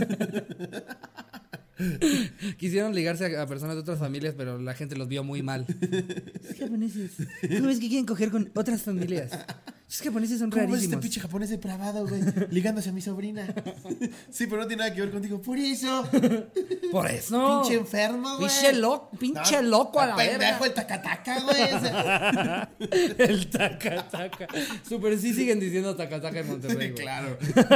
Quisieron ligarse a, a personas de otras familias, pero la gente los vio muy mal. Los japoneses. ¿Cómo es que quieren coger con otras familias? Los japoneses son ¿Cómo ves rarísimos. este pinche japonés depravado, güey? Ligándose a mi sobrina. Sí, pero no tiene nada que ver contigo. Por eso. Por eso. Pinche enfermo, güey. Pinche loco, pinche No, loco a la pendejo, verga. el tacataca, güey. El taca taca. Super sí siguen diciendo taca taca en Monterrey, güey. Claro.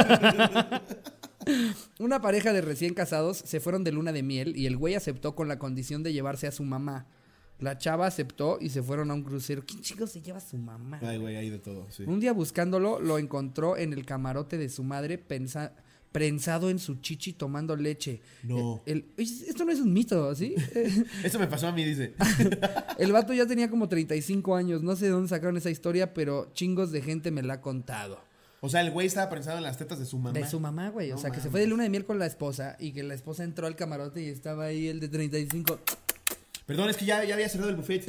Una pareja de recién casados se fueron de luna de miel y el güey aceptó con la condición de llevarse a su mamá. La chava aceptó y se fueron a un crucero. ¿Quién chico se lleva a su mamá? Ay, güey, hay de todo, sí. Un día buscándolo, lo encontró en el camarote de su madre pensa- prensado en su chichi tomando leche. No. El- el- esto no es un mito, ¿sí? Eso me pasó a mí, dice. El vato ya tenía como treinta y cinco años. No sé de dónde sacaron esa historia, pero chingos de gente me la ha contado. O sea, el güey estaba prensado en las tetas de su mamá. De su mamá, güey. No o sea, que se mames. fue de luna de miel con la esposa y que la esposa entró al camarote y estaba ahí el de treinta y cinco. Perdón, es que ya, ya había cerrado el buffet.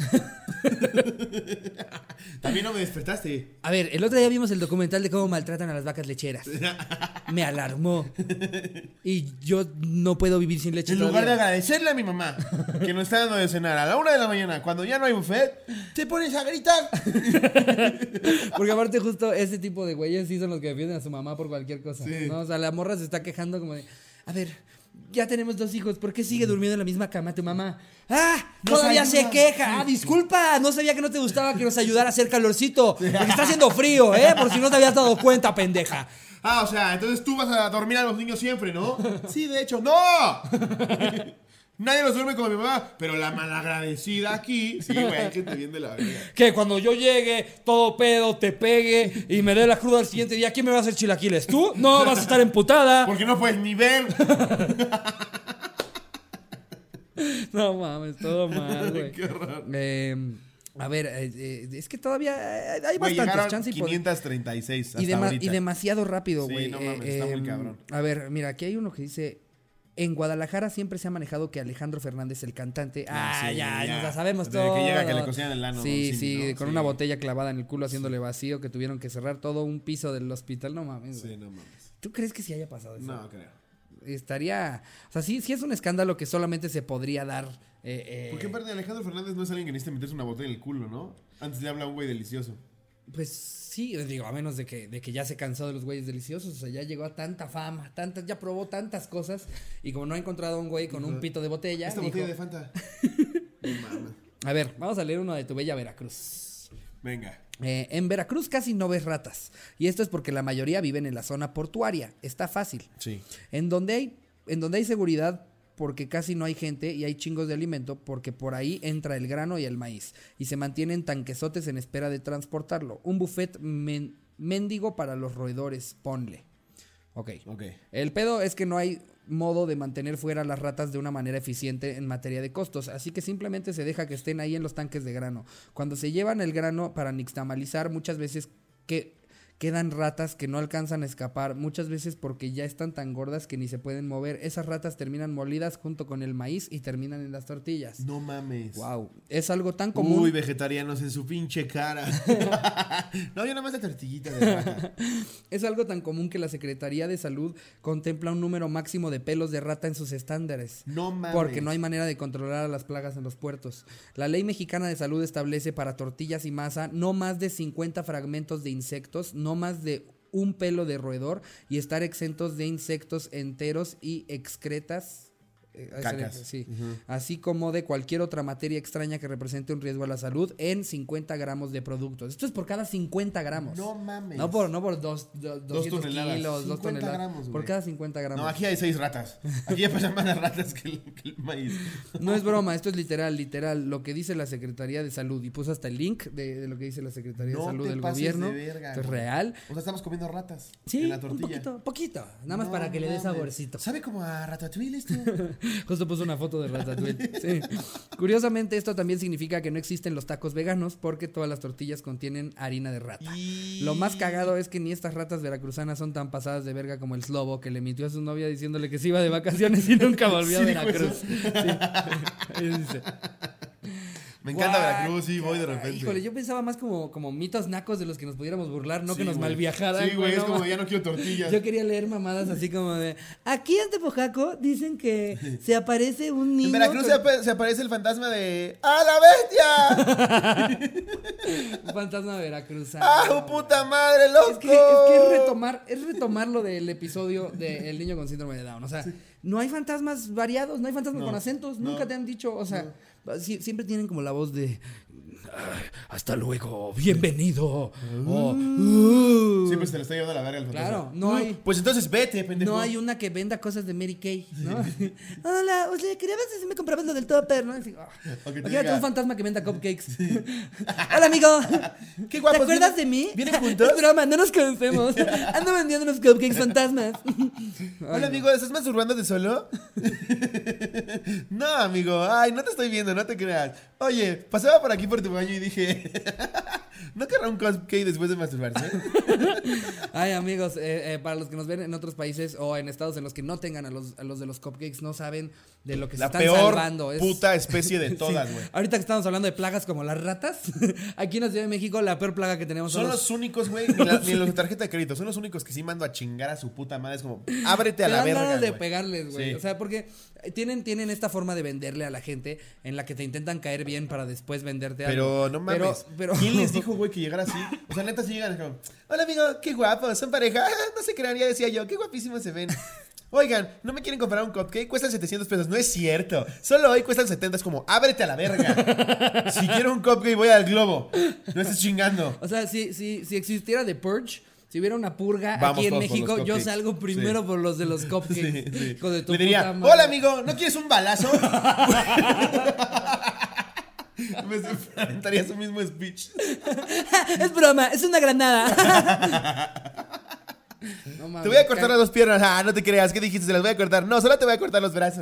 También no me despertaste. A ver, el otro día vimos el documental de cómo maltratan a las vacas lecheras. Me alarmó. Y yo no puedo vivir sin leche En lugar de todavía. agradecerle a mi mamá que nos está dando de cenar a la una de la mañana, cuando ya no hay buffet, te pones a gritar. Porque aparte justo ese tipo de güeyes sí son los que defienden a su mamá por cualquier cosa. Sí. ¿no? O sea, la morra se está quejando como de, a ver, ya tenemos dos hijos, ¿por qué sigue durmiendo en la misma cama tu mamá? ¡Ah! Nos Todavía se ayuda. queja. Ah, disculpa, no sabía que no te gustaba que nos ayudara a hacer calorcito. Porque está haciendo frío, ¿eh? Por si no te habías dado cuenta, pendeja. Ah, o sea, entonces tú vas a dormir a los niños siempre, ¿no? Sí, de hecho, ¡no! Nadie los duerme como mi mamá, pero la malagradecida aquí, sí, güey, que te viene de la verga. Que cuando yo llegue, todo pedo, te pegue y me dé la cruda al siguiente día, ¿quién me va a hacer chilaquiles? ¿Tú? No, vas a estar emputada. Porque no puedes ni ver. No mames, todo mal, güey. Qué horror. Eh, a ver, eh, eh, es que todavía hay Güey, bastantes llegaron chances. y pod- quinientos treinta y seis hasta Y, dema- ahorita. y demasiado rápido, Sí, güey. no mames, está muy cabrón. A ver, mira, aquí hay uno que dice: en Guadalajara siempre se ha manejado que Alejandro Fernández, el cantante. Ah, Ah, sí, ya, ya. nos la sabemos Desde todo. que llega que le cocinan el ano, Sí, Don sí, Cindy, ¿no? con Sí. una botella clavada en el culo haciéndole vacío, que tuvieron que cerrar todo un piso del hospital. No mames, güey. Sí, no mames. ¿Tú crees que sí haya pasado eso? No, creo. Estaría. O sea, sí, sí es un escándalo que solamente se podría dar. Eh, eh, Porque aparte Alejandro Fernández no es alguien que necesita meterse una botella en el culo, ¿no? Antes le habla a un güey delicioso. Pues sí, digo, a menos de que, de que ya se cansó de los güeyes deliciosos, o sea, ya llegó a tanta fama, tantas, ya probó tantas cosas, y como no ha encontrado a un güey con un pito de botella, Esta dijo, botella de Fanta. No mames. a ver, vamos a leer uno de tu bella Veracruz. Venga. Eh, en Veracruz casi no ves ratas, y esto es porque la mayoría viven en la zona portuaria, está fácil. Sí. En donde hay, en donde hay seguridad, porque casi no hay gente y hay chingos de alimento, porque por ahí entra el grano y el maíz, y se mantienen tanquesotes en espera de transportarlo. Un buffet men- mendigo para los roedores, ponle. Ok. Ok. El pedo es que no hay modo de mantener fuera las ratas de una manera eficiente en materia de costos, así que simplemente se deja que estén ahí en los tanques de grano. Cuando se llevan el grano para nixtamalizar, muchas veces que quedan ratas que no alcanzan a escapar, muchas veces porque ya están tan gordas que ni se pueden mover. Esas ratas terminan molidas junto con el maíz y terminan en las tortillas. No mames. Wow, es algo tan común. Uy, vegetarianos en su pinche cara. No, yo nada más de tortillita de rata. Es algo tan común que la Secretaría de Salud contempla un número máximo de pelos de rata en sus estándares. No mames. Porque no hay manera de controlar a las plagas en los puertos. La Ley Mexicana de Salud establece para tortillas y masa no más de cincuenta fragmentos de insectos, no más de un pelo de roedor y estar exentos de insectos enteros y excretas. eh, Cacas. Sí. Ujú. Así como de cualquier otra materia extraña que represente un riesgo a la salud en cincuenta gramos de productos. Esto es por cada cincuenta gramos. No mames. No por, no por dos, do- doscientos toneladas. kilos, dos cincuenta toneladas. gramos, por güey. cada cincuenta gramos. No, aquí hay seis ratas. Aquí ya pesan más las ratas que el, que el maíz. No es broma, esto es literal, literal, lo que dice la Secretaría de Salud. Y puso hasta el link de, de lo que dice la Secretaría No de Salud te del pases gobierno. de verga, Esto es güey. real. O sea, estamos comiendo ratas Sí, en la un tortilla. poquito, poquito. Nada más No para que le dé mames. saborcito. ¿Sabe como a ratatouille esto? Justo puso una foto de Ratatouille. Sí. Curiosamente, esto también significa que no existen los tacos veganos porque todas las tortillas contienen harina de rata. Y... Lo más cagado es que ni estas ratas veracruzanas son tan pasadas de verga como el Slobo que le mintió a su novia diciéndole que se iba de vacaciones y nunca volvió Sí, a dijo Veracruz. eso. Sí. Ahí dice. Me encanta Guau, Veracruz, sí, voy de repente. Híjole, yo pensaba más como, como mitos nacos de los que nos pudiéramos burlar, no Sí, que nos güey. malviajaran. Sí, güey, es no, como ya no quiero tortillas. Yo quería leer mamadas así como de... Aquí en Tepojaco dicen que se aparece un niño... En Veracruz con- se, apa- se aparece el fantasma de ¡Ah, la bestia! Un fantasma veracruzano. ¡Ah, puta madre, loco! Es que, es que es retomar, es retomar lo del episodio de El niño con síndrome de Down. O sea, no hay fantasmas variados, no hay fantasmas No, con acentos, no. nunca te han dicho, o sea, si- siempre tienen como la voz de "Ay, hasta luego, bienvenido. O, "Uh". Siempre se le está llevando la verga el fantasma. Claro, no hay- Pues entonces vete, pendejo. No hay una que venda cosas de Mary Kay, ¿no? Hola, o sea, quería ver si me comprabas lo del topper, ¿no? Así, oh. O que te Imagínate diga- un fantasma que venda cupcakes. Hola, amigo. Qué guapos, ¿Te acuerdas ¿vienen- de mí? ¿Vienen juntos? Es broma, no nos conocemos. Ando vendiendo unos cupcakes fantasmas. Hola, amigo, ¿estás masturbándote solo? No, amigo, ay, no te estoy viendo, no te creas. Oye, pasaba por aquí por tu baño y dije, ¿no querrá un cupcake después de masturbarse? Ay, amigos, eh, eh, para los que nos ven en otros países o en estados en los que no tengan a los, a los de los cupcakes, no saben de lo que La se están peor salvando. Es- puta especie de todas, Sí. güey. Ahorita que estamos hablando de plagas como las ratas, aquí en la Ciudad de México la peor plaga que tenemos son, Son los los únicos, güey, ni, la- ni los de tarjeta de crédito, son los únicos que sí mando a chingar a su puta madre. Es como, ábrete a Te la dan verga, ganas de güey. pegarles, güey. Sí. O sea, porque tienen, tienen esta forma de venderle a la gente en la que te intentan caer bien para después venderte algo. Pero no mames. Pero, pero- ¿Quién les dijo, güey, que llegara así? O sea, neta, sí llegan como, hola, amigo, qué guapo, son pareja. No se crean, ya decía yo, qué guapísimos se ven. Oigan, ¿no me quieren comprar un cupcake? Cuestan setecientos pesos. No es cierto. Solo hoy cuestan setenta. Es como, ábrete a la verga. Si quiero un cupcake, voy al globo. No estés chingando. O sea, si, si, si existiera The Purge, si hubiera una purga Vamos aquí en todos por México, los yo cupcakes. salgo primero Sí. por los de los cupcakes. Sí, sí. Hijo de tu Le diría, puta madre. hola, amigo, ¿no quieres un balazo? Me aventaría su mismo speech. Es broma, es una granada. No mames, Te voy a cortar ca- las dos piernas. Ah, no te creas. ¿Qué dijiste? Se las voy a cortar. No, solo te voy a cortar los brazos.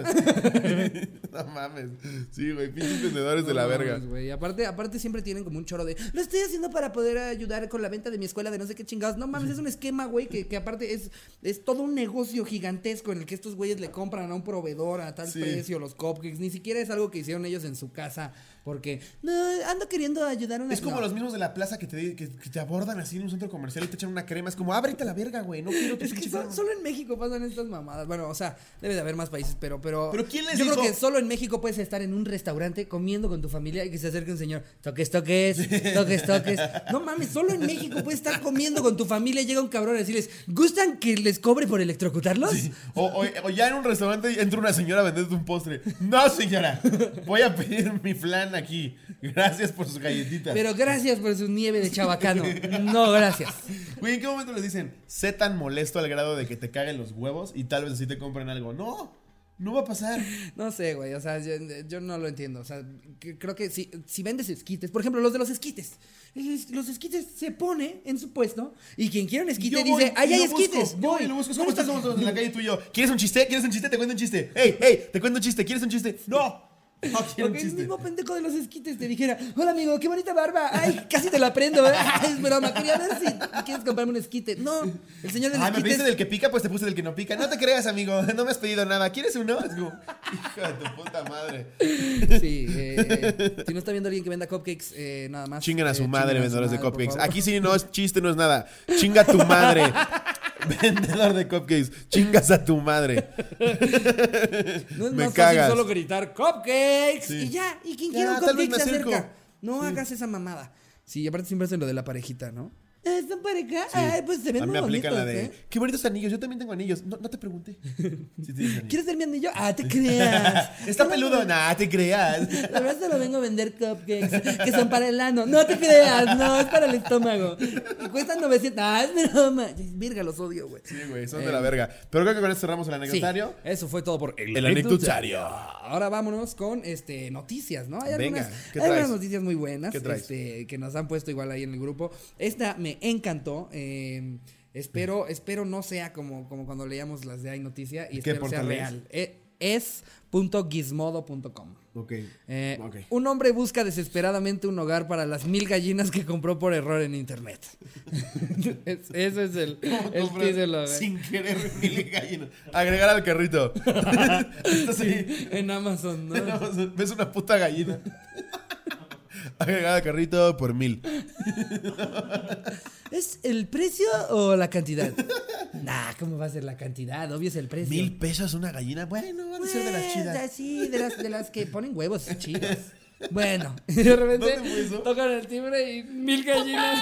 No mames. Sí, güey. Pinches vendedores de la No verga. mames, güey. Aparte, aparte siempre tienen como un choro de lo estoy haciendo para poder ayudar con la venta de mi escuela de no sé qué chingados. No mames, es un esquema, güey, que, que aparte es, es todo un negocio gigantesco en el que estos güeyes le compran a un proveedor a tal Sí. precio los cupcakes. Ni siquiera es algo que hicieron ellos en su casa. Porque no, ando queriendo ayudar a una. Es como no. los mismos de la plaza que te, que, que te abordan así en un centro comercial y te echan una crema. Es como, ábrete a la verga, güey. No quiero tu Es que pinche so- crema. solo en México pasan estas mamadas. Bueno, o sea, debe de haber más países, pero, pero. ¿Pero quién les Yo dijo? creo que solo en México puedes estar en un restaurante comiendo con tu familia y que se acerque un señor. Toques, toques, toques, toques. No mames, solo en México puedes estar comiendo con tu familia y llega un cabrón a decirles, ¿gustan que les cobre por electrocutarlos? O, o- o ya en un restaurante entra una señora a venderte un postre. No, señora. Voy a pedir mi flan aquí. Gracias por sus galletitas. Pero gracias por su nieve de chabacano. No, gracias. Güey, ¿en qué momento les dicen, sé tan molesto al grado de que te caguen los huevos y tal vez así te compren algo? No, no va a pasar. No sé, güey, o sea, yo, yo no lo entiendo. O sea, que- creo que si, si vendes esquites, por ejemplo, los de los esquites, es- los esquites se pone en su puesto y quien quiera un esquite Yo dice, voy ¡ahí y hay lo busco, esquites! yo voy y lo busco. ¿Cómo estás en la calle tú y yo? ¿Quieres un chiste? ¿Quieres un chiste? Te cuento un chiste. ¡Ey, ey! Te cuento un chiste. ¿Quieres un chiste? ¡No! No quiero un Porque el chiste. mismo pendejo de los esquites te dijera, hola amigo, qué bonita barba, ay, casi te la prendo, ¿eh? Ay, es broma, quería ver si quieres comprarme un esquite. No, el señor del Ah, me esquite pediste es- del que pica, pues te puse del que no pica. No te creas, amigo. No me has pedido nada. ¿Quieres uno? Es como, hija de tu puta madre. Sí, eh, eh, si no está viendo alguien que venda cupcakes, eh, nada más. Chingan a eh, su madre, chingan a su vendedores de madre, por cupcakes. favor. Aquí sí no es chiste, no es nada. Chinga a tu madre. Vendedor de cupcakes. Chingas a tu madre. No es me más cagas. fácil solo gritar cupcakes Sí. y ya, y quien Ya, quiera un tal vez cupcake se me acerco. acerca. No hagas esa mamada. Sí, y aparte siempre hacen lo de la parejita, ¿no? ¿Están pareja? Ay, pues se ven A mí muy me aplican bonitos, la de, ¿eh? qué bonitos anillos. Yo también tengo anillos. No, no te pregunté. Sí tienes anillos. ¿Quieres ser mi anillo? Ah, te creas. Está peludo. Nah, te creas. La verdad solo vengo a vender cupcakes que son para el ano. No te creas, no, es para el estómago. Y cuestan novecientos. Ah, es broma. Virga, los odio, güey. Sí, güey, son Eh, de la verga. Pero creo que con esto cerramos el Sí, anecdotario. eso fue todo por el, El anecdotario. Ahora vámonos con este noticias, ¿no? Hay Venga, algunas, ¿qué hay algunas traes? noticias muy buenas ¿Qué traes? este, que nos han puesto igual ahí en el grupo. Esta me encantó. eh, espero, espero no sea como, como cuando leíamos las de Hay Noticia y ¿Qué espero sea portal es? real. E- es punto gizmodo punto com. Ok. Eh, okay. Un hombre busca desesperadamente un hogar para las mil gallinas que compró por error en internet. es, eso es el, el título. Sin querer mil gallinas. Agregar al carrito. Estás ahí. Sí, en Amazon, ¿no? En Amazon. Ves una puta gallina. Agregar al carrito por mil. ¿Es el precio o la cantidad? Nah, ¿cómo va a ser la cantidad? Obvio es el precio. ¿Mil pesos una gallina? Bueno, van a ser de las chidas. Sí, de las, de las que ponen huevos chidos. Bueno, y de repente ¿Dónde fue eso? tocan el timbre y mil gallinas.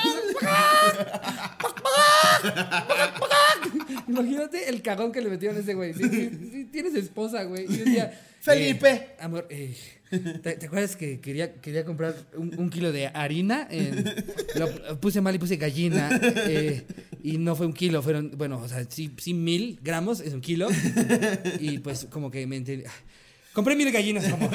Imagínate el cagón que le metieron a ese güey. Sí, sí, sí, tienes esposa, güey. Y un día, Felipe. eh, amor, eh, ¿te, te acuerdas que quería, quería comprar un, un kilo de harina? En- lo puse mal y puse gallina. eh, y no fue un kilo, fueron, bueno, o sea, sí, sí mil gramos, es un kilo. Y pues como que me entendí. Compré mil gallinas, como.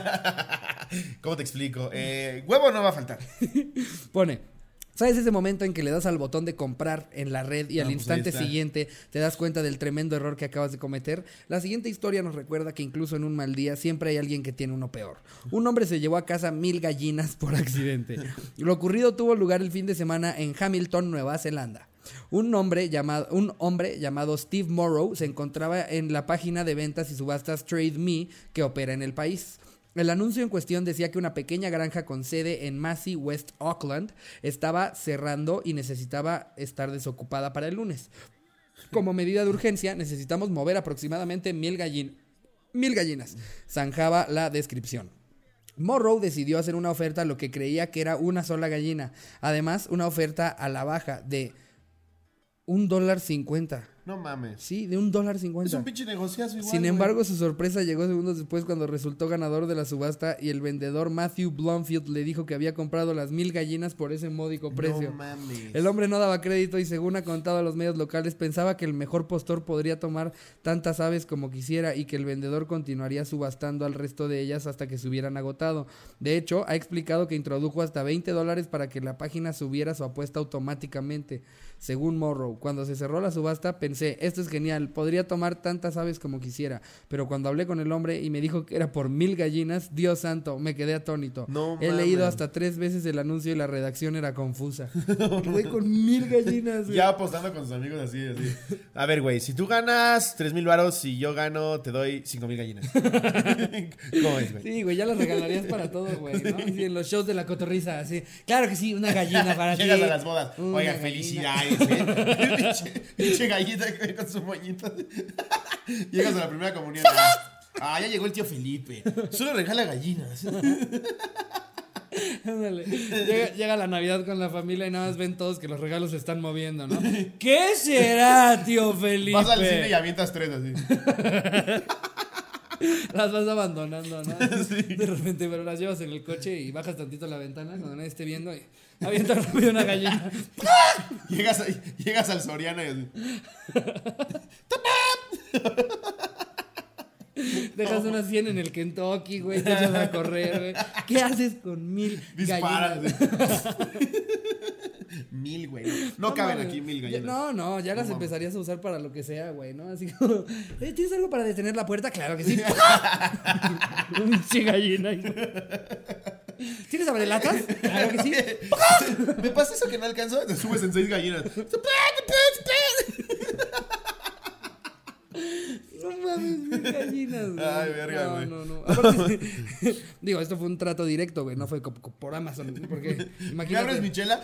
¿Cómo te explico? Eh, huevo no va a faltar. Pone, ¿sabes ese momento en que le das al botón de comprar en la red y Ah, al pues instante ahí está. siguiente te das cuenta del tremendo error que acabas de cometer? La siguiente historia nos recuerda que incluso en un mal día siempre hay alguien que tiene uno peor. Un hombre se llevó a casa mil gallinas por accidente. Lo ocurrido tuvo lugar el fin de semana en Hamilton, Nueva Zelanda. Un hombre llamado, un hombre llamado Steve Morrow se encontraba en la página de ventas y subastas Trade Me que opera en el país. El anuncio en cuestión decía que una pequeña granja con sede en Massey, West Auckland, estaba cerrando y necesitaba estar desocupada para el lunes. Como medida de urgencia, necesitamos mover aproximadamente mil, gallin- mil gallinas, zanjaba la descripción. Morrow decidió hacer una oferta a lo que creía que era una sola gallina. Además, una oferta a la baja de un dólar cincuenta. No mames. Sí, de un dólar Es cincuenta. un pinche negociazo igual. Sin güey. embargo, su sorpresa llegó segundos después cuando resultó ganador de la subasta y el vendedor Matthew Blomfield le dijo que había comprado las mil gallinas por ese módico precio. No mames. El hombre no daba crédito y según ha contado a los medios locales pensaba que el mejor postor podría tomar tantas aves como quisiera y que el vendedor continuaría subastando al resto de ellas hasta que se hubieran agotado. De hecho, ha explicado que introdujo hasta veinte dólares para que la página subiera su apuesta automáticamente. Según Morrow, cuando se cerró la subasta pensé, esto es genial, podría tomar tantas aves como quisiera, pero cuando hablé con el hombre y me dijo que era por mil gallinas, Dios santo, me quedé atónito. No He mames. leído hasta tres veces el anuncio y la redacción era confusa. Güey, con mil gallinas, güey. Ya apostando con sus amigos así, así. A ver, güey, si tú ganas tres mil varos, si yo gano, te doy cinco mil gallinas. ¿Cómo es, güey? Sí, güey, ya las regalarías para todo, güey, ¿no? Así en los shows de la cotorriza, así. Claro que sí, una gallina para ti. Llegas a las bodas. Una Oiga, gallina. felicidades, ¿eh? pinche, pinche gallita güey, con su moñito. Llegas a la primera comunión. Ah, ya llegó el tío Felipe. Solo regala gallinas. Ándale. Llega, llega la Navidad con la familia y nada más ven todos que los regalos se están moviendo, ¿no? ¿Qué será, tío Felipe? Vas al cine y avientas tres así. Las vas abandonando, ¿no? De repente, pero las llevas en el coche y bajas tantito la ventana cuando nadie esté viendo y avientas rápido una gallina. Llegas, ahí- llegas al Soriana y así. Dejas unas cien en el Kentucky, güey, te echas a correr, güey. ¿Qué haces con mil Disparas. gallinas? Mil, güey. No, caben mames. aquí mil Ya- gallinas. No, no, ya las mames. empezarías a usar para lo que sea, güey, ¿no? Así como, "Eh, ¿tienes algo para detener la puerta? Claro que sí. Un pinche gallina. ¿Tienes abrelatas? Claro que sí. ¿Me pasa eso que no alcanzo? Te subes en seis gallinas. No mames, mil gallinas, güey. Ay, verga, no, güey. no, no. Aparte, digo, esto fue un trato directo, güey, no fue co- co- por Amazon, porque ¿Me imagínate. abres mi chela?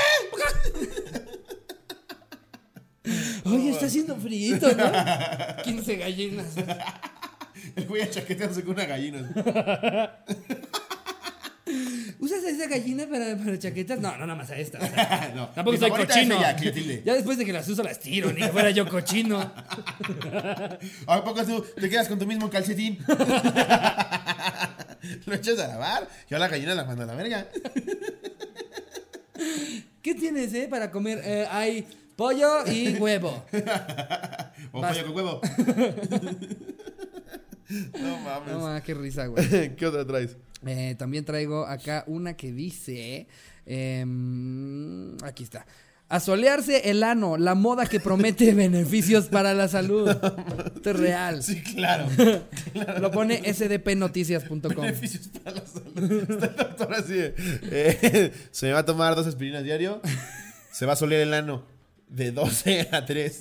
Oye, está haciendo frío, ¿no? quince gallinas. El güey chaqueteándose con una gallina. ¿Usas a esa gallina para, para chaquetas? No, no, nada más a esta. O sea, No, tampoco mi soy favorita cochino. es ella, Clotilde. Ya después de que las uso las tiro, ni que fuera yo cochino. ¿A poco tú te quedas con tu mismo calcetín? Lo echas a lavar. Yo a la gallina la mando a la verga. ¿Qué tienes, eh, para comer? Eh, hay pollo y huevo. O Basta. pollo con huevo. No mames. No, ma, qué risa, güey. ¿Qué otra traes? Eh, también traigo acá una que dice... em, aquí está. Asolearse el ano, la moda que promete beneficios para la salud. Esto es real. Sí, claro. claro. Lo pone s d p noticias punto com. Beneficios para la salud. Está el doctor así de, eh, se va a tomar dos aspirinas diario. Se va a solear el ano de doce a tres.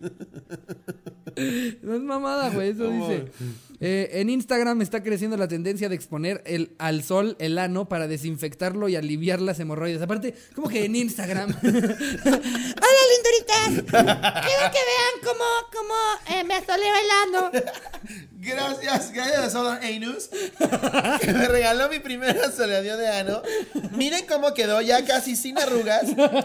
No es mamada, güey. Eso ¿Cómo? dice. Eh, en Instagram está creciendo la tendencia de exponer el, al sol el ano para desinfectarlo y aliviar las hemorroides. Aparte, como que en Instagram. Hola, linduritas. Quiero que vean cómo, cómo eh, me asoleo el ano. Gracias, gracias a Solar Anus, que me regaló mi primera soleación de ano. Miren cómo quedó, ya casi sin arrugas.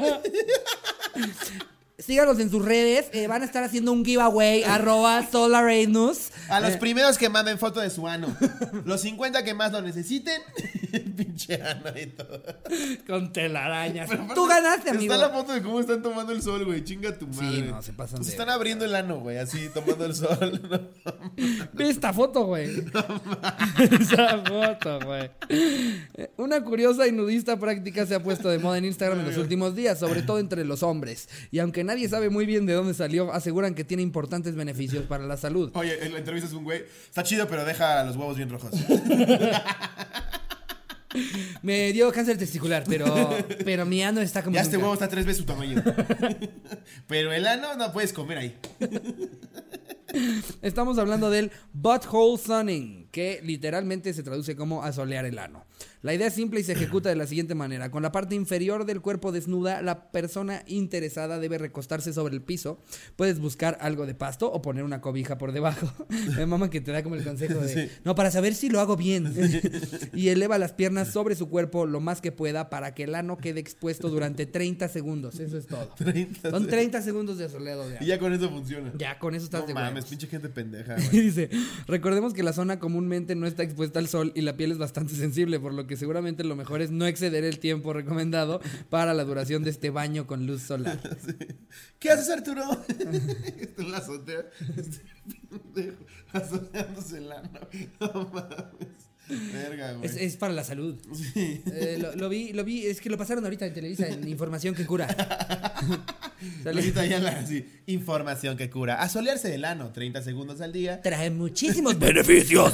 Síganos en sus redes. Eh, van a estar haciendo un giveaway. Arroba SolarAnus. A los Eh, primeros que manden foto de su ano. Los cincuenta que más lo necesiten. El pinche ano y todo. Con telarañas. Pero aparte, Tú ganaste, amigo. Está la foto de cómo están tomando el sol, güey. Chinga tu madre. Sí, no, se pasan Pues de- están abriendo el ano, güey. Así, tomando el sol. No. Ve esta foto, güey. Esa foto, güey. Eh, Una curiosa y nudista práctica se ha puesto de moda en Instagram en los últimos días, sobre todo entre los hombres. Y aunque nadie sabe muy bien de dónde salió, aseguran que tiene importantes beneficios para la salud. Oye, en la entrevista es un güey. Está chido, pero deja los huevos bien rojos. Me dio cáncer testicular, pero, pero mi ano está como Ya este nunca. huevo está tres veces su tamaño. Pero el ano no puedes comer ahí. Estamos hablando del butthole sunning, que literalmente se traduce como asolear el ano. La idea es simple y se ejecuta de la siguiente manera. Con la parte inferior del cuerpo desnuda, la persona interesada debe recostarse sobre el piso. Puedes buscar algo de pasto o poner una cobija por debajo. Mi mamá que te da como el consejo de, Sí. no, para saber si lo hago bien. Y eleva las piernas sobre su cuerpo lo más que pueda para que el ano quede expuesto durante treinta segundos. Eso es todo. treinta Son treinta segundos de asoleado de Y ano. ya con eso funciona. Ya, con eso estás No de mames, huevos. pinche gente pendeja, Y güey. dice, recordemos que la zona comúnmente no está expuesta al sol y la piel es bastante sensible, por lo que seguramente lo mejor es no exceder el tiempo recomendado para la duración de este baño con luz solar. ¿Qué haces, Arturo? Está en la azotea. Este pendejo asoleándose el ano. No mames. Verga, güey. Es, es para la salud. Sí. Eh, lo, lo vi, lo vi, es que lo pasaron ahorita en Televisa en Información que Cura. Sale- Ahorita ya la así. Información que cura. Asolearse el ano, treinta segundos al día. Trae muchísimos beneficios.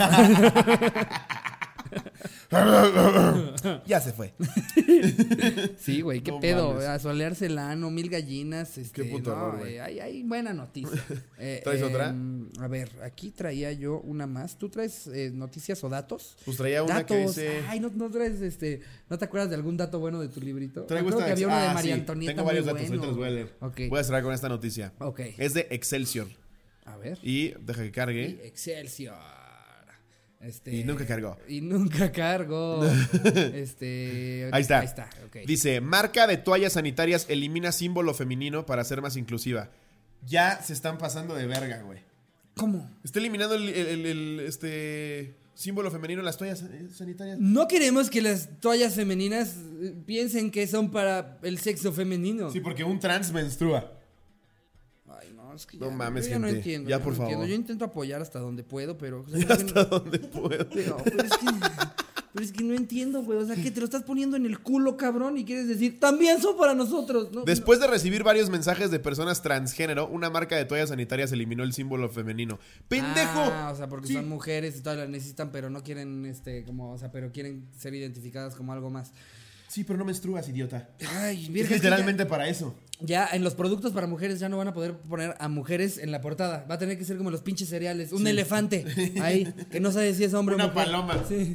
Ya se fue. Sí, güey, qué No pedo. mames. Asolearse el ano, mil gallinas. Este, Qué puto no, horror, güey. eh, hay, hay buena noticia. Eh, ¿Traes otra? A ver, aquí traía yo una más. ¿Tú traes eh, noticias o datos? Pues traía una Datos. que dice. Ay, no, no traes este. ¿No te acuerdas de algún dato bueno de tu librito? Traigo Creo esta que había uno ah, de María sí, Antonieta. Tengo varios muy datos, bueno. ahorita los voy a leer. Ok. Voy a cerrar con esta noticia. Ok. Es de Excelsior. A ver. Y deja que Y cargue. Excelsior. Este, Y nunca cargó. Y nunca cargó. este. Ahí está. Ahí está. Ok. Dice, marca de toallas sanitarias elimina símbolo femenino para ser más inclusiva. Ya se están pasando de verga, güey. ¿Cómo? Está eliminando el, el- el- el, este símbolo femenino en las toallas eh, sanitarias. No queremos que las toallas femeninas eh, piensen que son para el sexo femenino. Sí, porque un trans menstrua. Ay, no, es que No ya, mames, yo ya no gente. entiendo. Ya, no por entiendo. favor. Yo intento apoyar hasta donde puedo, pero. o sea, Ya yo hasta no- donde puedo. pero, pero es que. Pero es que no entiendo, güey. O sea, que te lo estás poniendo en el culo, cabrón, y quieres decir, también son para nosotros. No, Después de recibir varios mensajes de personas transgénero, una marca de toallas sanitarias eliminó el símbolo femenino. ¡Pendejo! Ah, o sea, porque Sí. son mujeres y todas las necesitan, pero no quieren, este, como, o sea, pero quieren ser identificadas como algo más. Sí, pero no menstruas, idiota. Ay, Es virgen, literalmente para eso. Ya en los productos para mujeres ya no van a poder poner a mujeres en la portada. Va a tener que ser como los pinches cereales. Un elefante ahí, que no sabe si es hombre Una o mujer. paloma. Sí.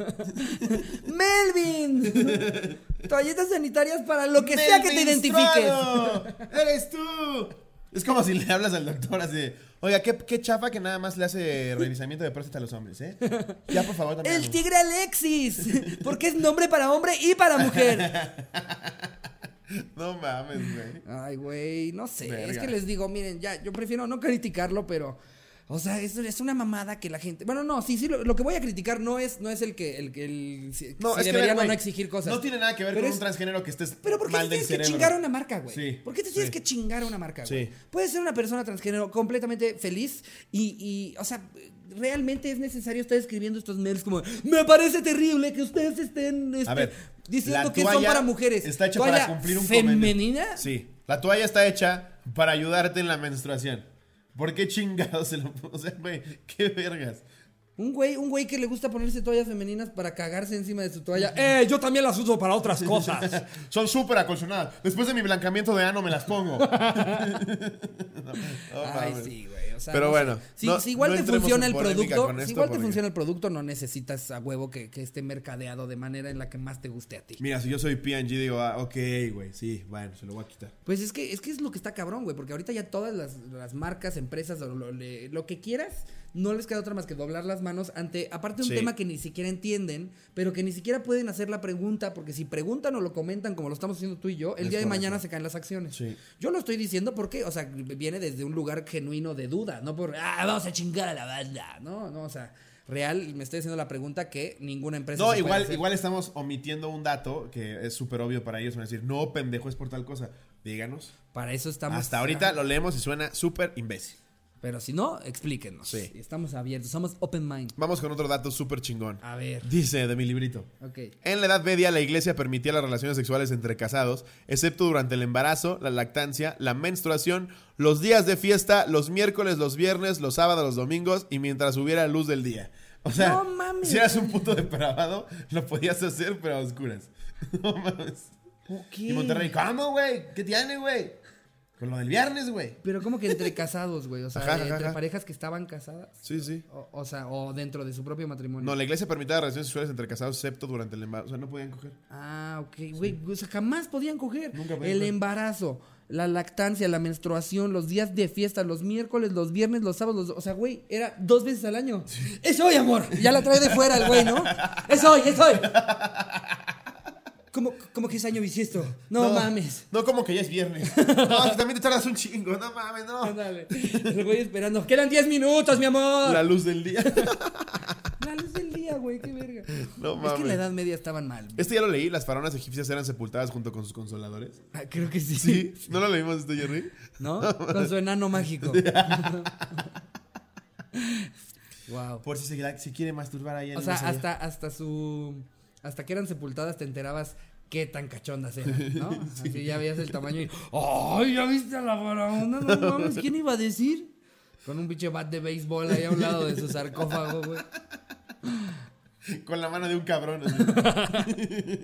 ¡Melvin! Toallitas sanitarias para lo que sea que te identifiques. ¡Menstruado! ¡Eres tú! Es como si le hablas al doctor así de, oiga, qué, qué chafa que nada más le hace revisamiento de próstata a los hombres, ¿eh? Ya, por favor, también. a El mí. tigre Alexis. Porque es nombre para hombre y para mujer. No mames, güey. Ay, güey, no sé. Verga. Es que les digo, miren, ya, yo prefiero no criticarlo, pero. O sea, es, es una mamada que la gente. Bueno, no, sí, sí, lo, lo que voy a criticar no es, no es el que. El, que- el, si, No, si es que, deberían güey, o no exigir cosas. No tiene nada que ver Pero con es- un transgénero que estés Pero ¿por qué mal te del tienes que cerebro. chingar a una marca, güey? Sí, ¿Por qué te tienes sí. que chingar a una marca, güey? Sí. Puedes ser una persona transgénero completamente feliz y, y, o sea, realmente es necesario estar escribiendo estos mails como, me parece terrible que ustedes estén este, A ver, diciendo la que son toalla para mujeres. está hecha ¿Toalla para cumplir un convenio. femenina? Sí. La toalla está hecha para ayudarte en la menstruación. ¿Por qué chingados se lo... O sea, güey, qué vergas. Un güey, un güey que le gusta ponerse toallas femeninas para cagarse encima de su toalla. ¡Eh! Yo también las uso para otras cosas. Son súper acolchonadas. Después de mi blancamiento de ano me las pongo. no, no, Ay, mames. sí, güey. O sea, Pero no bueno, sé. Si, no- si igual no te entremos funciona en el polémica producto, con si esto igual te porque- funciona el producto, no necesitas a huevo que, que esté mercadeado de manera en la que más te guste a ti. Mira, si yo soy P and G, digo, ah, ok, güey, sí, bueno, se lo voy a quitar. Pues es que es que es lo que está cabrón, güey, porque ahorita ya todas las, las marcas, empresas, o lo, le- lo que quieras, no les queda otra más que doblar las manos ante, aparte de un Sí. tema que ni siquiera entienden, pero que ni siquiera pueden hacer la pregunta, porque si preguntan o lo comentan como lo estamos haciendo tú y yo, el Es día de correcto. mañana se caen las acciones. Sí. Yo lo estoy diciendo porque, o sea, viene desde un lugar genuino de duda, no por, ah, vamos a chingar a la banda, no, no, o sea, real, me estoy haciendo la pregunta que ninguna empresa No, se puede igual, hacer. igual estamos omitiendo un dato que es súper obvio para ellos. Van a decir, no, pendejo, es por tal cosa. Díganos. Para eso estamos. Hasta ahorita lo leemos y suena súper imbécil. Pero si no, explíquenos. Sí. Estamos abiertos, somos open mind. Vamos con otro dato súper chingón. A ver, Dice de mi librito. ok. En la Edad Media, la iglesia permitía las relaciones sexuales entre casados, excepto durante el embarazo, la lactancia, la menstruación, los días de fiesta, los miércoles, los viernes, los sábados, los domingos y mientras hubiera luz del día. O sea, No mames. si eras un puto depravado, lo podías hacer, pero a oscuras. No mames. Ok. Y Monterrey, ¿cómo, güey? ¿Qué tiene, güey? Con lo del viernes, güey. Pero como que entre casados, güey. O sea, Ajá, ajá, entre ajá. parejas que estaban casadas. Sí, sí. O, o sea, o dentro de su propio matrimonio. No, la iglesia permitía las relaciones sexuales entre casados, excepto durante el embarazo. O sea, no podían coger. Ah, ok, güey. O sea, jamás podían coger. Nunca podían El coger. embarazo, la lactancia, la menstruación, los días de fiesta, los miércoles, los viernes, los sábados. Los... O sea, güey, era dos veces al año. Es hoy, amor. Ya la trae de fuera el güey, ¿no? Es hoy, es hoy. ¿Cómo, cómo que es año bisiesto? No, mames. No, como que ya es viernes. No, si también te tardas un chingo. No mames, no. Ándale. El güey esperando. Quedan diez minutos, mi amor. La luz del día. La luz del día, güey, qué verga. No Es mames. que en la Edad Media estaban mal. Este ya lo leí. Las faraonas egipcias eran sepultadas junto con sus consoladores. Ah, creo que sí. Sí. ¿No lo leímos este, Jerry? ¿No? Con su enano mágico. Wow. Por si se si quiere masturbar ahí en O el sea, más allá. hasta, hasta su. Hasta que eran sepultadas te enterabas qué tan cachondas eran, ¿no? Así ya veías el tamaño y. ¡Ay, ya viste a la faraona! No mames, ¿quién iba a decir? Con un pinche bat de béisbol ahí a un lado de su sarcófago, güey. Con la mano de un cabrón. así.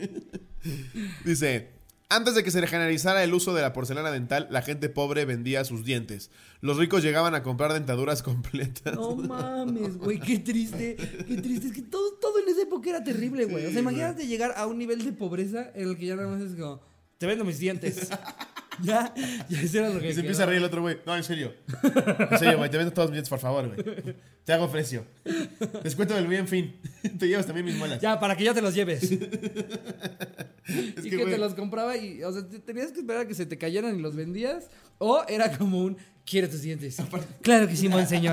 Dice, antes de que se generalizara el uso de la porcelana dental, la gente pobre vendía sus dientes. Los ricos llegaban a comprar dentaduras completas. No mames, güey, qué triste, qué triste. Es que todo, todo en esa época era terrible, güey. O sea, imagínate llegar a un nivel de pobreza en el que ya nada más es como, te vendo mis dientes. Ya, ya eso era lo que Y se quedaba. empieza a reír el otro güey. No, en serio. En serio, güey. Te vendo todos mis dientes, por favor, güey. Te hago precio. Descuento del bien fin. Te llevas también mis muelas. Ya, para que ya te los lleves. Es y que, que, güey, te los compraba y, o sea, te- tenías que esperar a que se te cayeran y los vendías. O era como un, quiero tus dientes. Claro que sí, monseñor.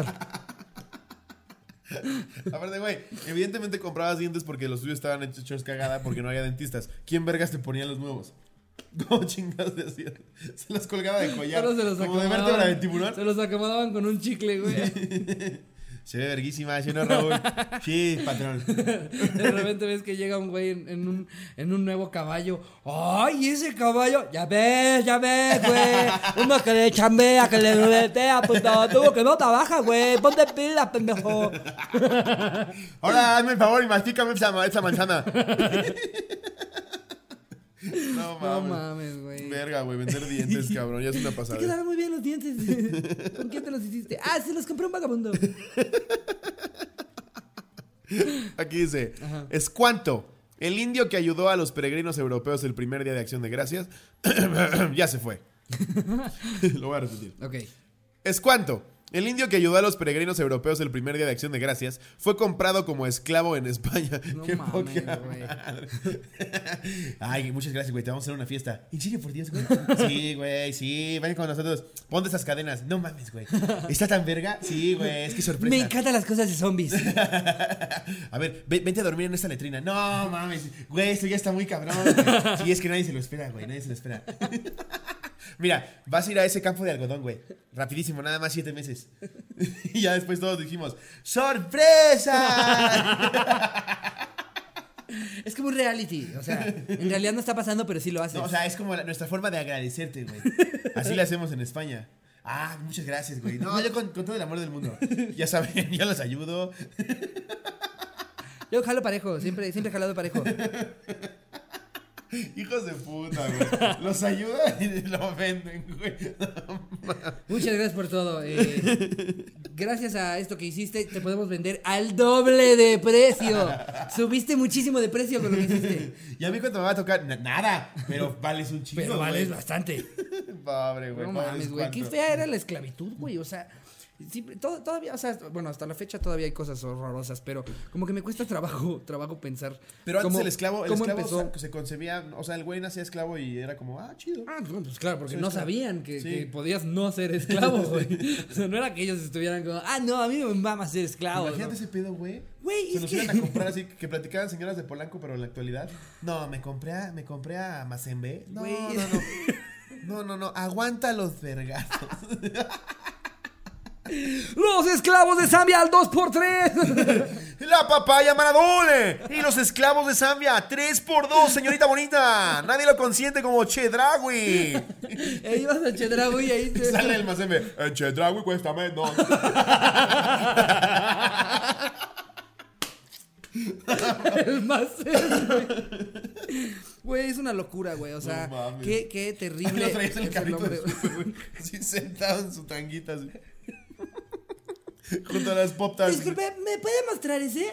Aparte, güey, evidentemente comprabas dientes porque los tuyos estaban hechos cagada porque no había dentistas. ¿Quién vergas te ponía los nuevos? ¿Cómo chingados te hacían? Se los colgaba de collar. Solo se los Como de acomodaban. vértebra de tiburón. Se los acomodaban con un chicle, güey. Se ve verguísima, ¿sí o no, Raúl? Sí, patrón. De repente ves que llega un güey en, en un, en un nuevo caballo. ¡Ay, ese caballo! Ya ves, ya ves, güey. Uno que le chambea, que le ruletea, puto. Tú que no trabaja, güey. Ponte pilas, pendejo. Ahora hazme el favor y mastícame esa, esa manzana. No No mames. mames, güey. Verga, güey, vender dientes, cabrón. Ya es una Te pasada. quedaron muy bien los dientes. ¿Con quién te los hiciste? Ah, se los compré un vagabundo. Aquí dice, Ajá. es cuánto. El indio que ayudó a los peregrinos europeos el primer día de Acción de Gracias ya se fue. Lo voy a repetir. Ok. Es cuánto. El indio que ayudó a los peregrinos europeos el primer día de Acción de Gracias fue comprado como esclavo en España. No Qué mames, poca güey. madre. Ay, muchas gracias, güey. Te vamos a hacer una fiesta. ¿En serio, por Dios, güey? Sí, güey, sí. Ven con nosotros. Ponte esas cadenas. No mames, güey. ¿Está tan verga? Sí, güey. Es que sorpresa. Me encantan las cosas de zombies. A ver, ve- vente a dormir en esta letrina. No mames, güey, esto ya está muy cabrón, güey. Sí, es que nadie se lo espera, güey, nadie se lo espera. Mira, vas a ir a ese campo de algodón, güey. Rapidísimo, nada más siete meses. Y ya después todos dijimos, ¡sorpresa! Es como un reality, o sea, en realidad no está pasando, pero sí lo haces. No, o sea, es como la- nuestra forma de agradecerte, güey. Así le hacemos en España. Ah, muchas gracias, güey. No, yo con, con todo el amor del mundo. Ya saben, yo los ayudo. Yo jalo parejo, siempre, siempre he jalado parejo. Hijos de puta, güey. Los ayudan y lo venden, güey. Muchas gracias por todo. eh, gracias a esto que hiciste, te podemos vender al doble de precio. Subiste muchísimo de precio con lo que hiciste. ¿Y a mí cuánto me va a tocar? Na- nada. Pero vales un chingo, Pero vales güey. bastante. Pobre, güey. No pobres mames, güey. Qué cuánto. fea era la esclavitud, güey. O sea, sí, todo- todavía, o sea, bueno, hasta la fecha todavía hay cosas horrorosas, pero como que me cuesta trabajo, trabajo pensar. Pero antes cómo- el esclavo, el cómo esclavo empezó. se, se concebía, o sea, el güey nacía esclavo y era como, ah, chido. Ah, pues, pues claro, porque Soy no esclavo. sabían que, Sí. que podías no ser esclavo, güey. O sea, no era que ellos estuvieran como, ah, no, a mí me mama ser esclavo. Imagínate ¿no? ese pedo, güey. Güey, Se es los que- iban a comprar así, que platicaban señoras de Polanco, pero en la actualidad. No, me compré a, me compré a Mazembe. No, Güey. no, no. No, no, no. Aguanta los vergazos. Los esclavos de Zambia al dos por tres. La papaya Maradone. Y los esclavos de Zambia, tres por dos, señorita bonita. Nadie lo consiente como Chedraui. Ahí vas a Chedraui y ahí te... Sale el Mazembe. En Chedraui cuesta menos. El más. Güey, es una locura, güey. O sea, No mames. qué, qué terrible. Lo traías en el es carrito hombre. de súper, güey. Así sentado en su tanguita. Así. Junto a las pop-tarts. Disculpe, ¿me puede mostrar ese?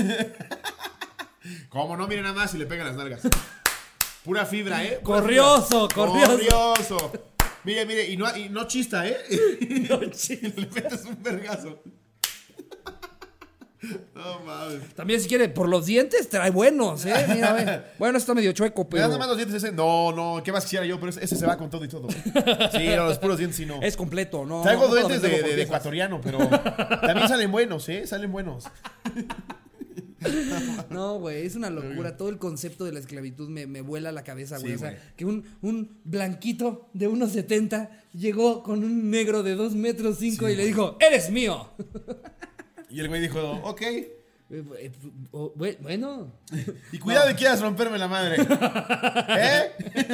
Como no, miren nada más y le pegan las nalgas. Pura fibra, ¿eh? Pura Corrioso, fibra. corrioso. Corrioso. Mire, mire, y no, y no chista, ¿eh? No, chis. Le metes un vergazo. No mames. También si quiere, por los dientes trae buenos, ¿eh? Mira, ve. Bueno, está medio chueco, ¿Me das pero nada más los dientes ese? No, no, ¿qué más quisiera yo? Pero ese, ese se va con todo y todo. Sí, no, los puros dientes sí no. es completo, ¿no? Traigo no puedo duendes de, venderlo por de- de piezas. ecuatoriano, pero también salen buenos, ¿eh? Salen buenos. No, güey, es una locura. Todo el concepto de la esclavitud me, me vuela la cabeza, güey. Sí, o sea, güey. que un, un blanquito de uno setenta llegó con un negro de dos metros cinco Sí, y le güey. dijo, ¡eres mío! Y el güey dijo, ok. Eh, eh, oh, güey, bueno. Y cuidado y quieras romperme la madre. ¿Eh?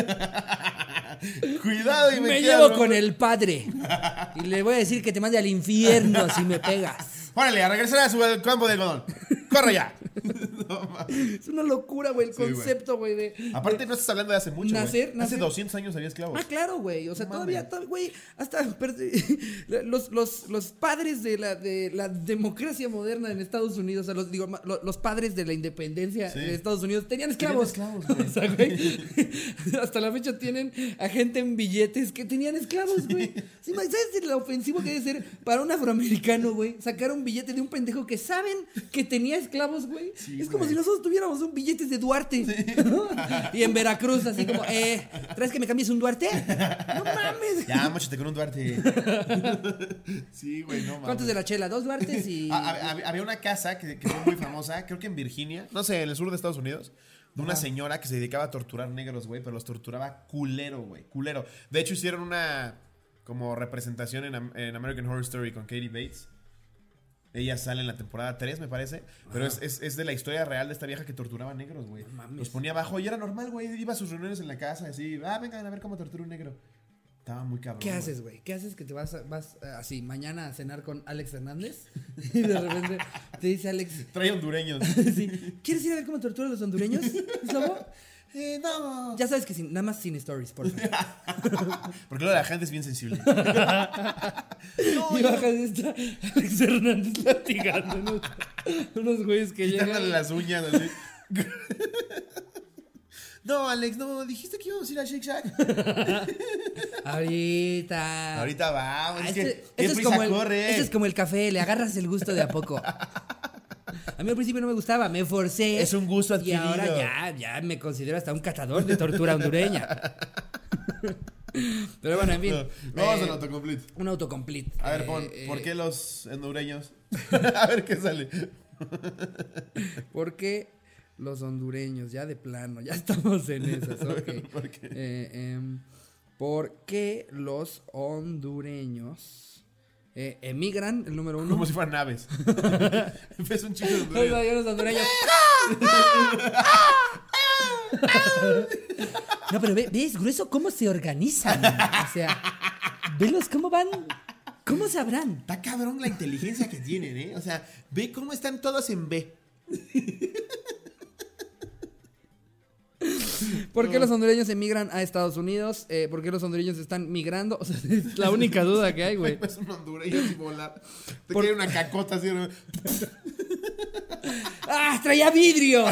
Cuidado y me, Me quieras llevo romper- con el padre. Y le voy a decir que te mande al infierno si me pegas. Órale, a regresar a su campo de algodón. ¡Corre ya! No, mames. Es una locura, güey, el Sí, güey. concepto, güey, de... Aparte, no estás hablando de hace mucho, güey. Nacer, Hace nacer. doscientos años había esclavos. Ah, claro, güey. O sea, No todavía, mames. to- güey, hasta per- los, los, los padres de la, de la democracia moderna en Estados Unidos, o sea, los, digo, ma- lo- los padres de la independencia Sí. de Estados Unidos tenían Tenían esclavos. esclavos, güey. O sea, güey, hasta la fecha tienen a gente en billetes que tenían esclavos, güey. Sí, ma- ¿sabes lo ofensivo que debe ser para un afroamericano, güey? Sacar un billete de un pendejo que saben que tenía esclavos, güey. Sí, es como güey. si nosotros tuviéramos un billete de Duarte. ¿no? Y en Veracruz, así como, eh, ¿traes que me cambies un Duarte? No mames. Ya, mochate con un Duarte. Sí, güey, no mames. ¿Cuántos de la chela? Dos Duartes y. Ah, hab- hab- Había una casa que, que fue muy famosa, creo que en Virginia, no sé, en el sur de Estados Unidos, de una señora que se dedicaba a torturar negros, güey, pero los torturaba culero, güey, culero. De hecho, hicieron una como representación en, Am- en American Horror Story con Katie Bates. Ella sale en la temporada tres, me parece. Pero es, es, es de la historia real de esta vieja que torturaba negros, güey. mames. Los ponía abajo y era normal, güey. Iba a sus reuniones en la casa, así. Ah, vengan a ver cómo tortura un negro. Estaba muy cabrón. ¿Qué güey. haces, güey? ¿Qué haces que te vas, a- vas eh, así mañana a cenar con Alex Hernández? Y de repente te dice Alex, Trae hondureños. sí, ¿quieres ir a ver cómo torturan los hondureños? ¿Slobo? eh, no. Ya sabes que sin, nada más sin stories, por favor. Porque luego la gente es bien sensible. Y bajas y está Alex Hernández latigando unos, unos güeyes que Quitándole llegan. las uñas así. No, Alex, no, dijiste que íbamos a ir a Shake Shack. Ahorita. Ahorita vamos, Ah, es este- que este qué es prisa como el, corre. este es como el café, le agarras el gusto de a poco. A mí al principio no me gustaba, me forcé. Es un gusto Y adquirido. ahora ya, ya me considero hasta un catador de tortura hondureña. Pero bueno, en fin. No, vamos eh, al autocomplete. un autocomplete. A ver, Eh, pon, eh, ¿por qué los hondureños? A ver qué sale. ¿Por qué los hondureños? Ya de plano, ya estamos en esas, ok. ¿Por qué? Eh, em, ¿Por qué los hondureños eh, emigran? El número uno. Como si fueran naves. Ves un chico de Los hondureños. hondureños hondureños. No, pero ve, ves, grueso, cómo se organizan. O sea, velos cómo van. ¿Cómo sabrán? Está cabrón la inteligencia que tienen, ¿eh? O sea, ve cómo están todos en B. ¿Por qué los hondureños emigran a Estados Unidos? Eh, ¿Por qué los hondureños están migrando? O sea, es la única duda que hay, güey. Es un hondureño así volar. Te Por- quiere una cacota así. ¿No? ¡Ah, traía vidrios!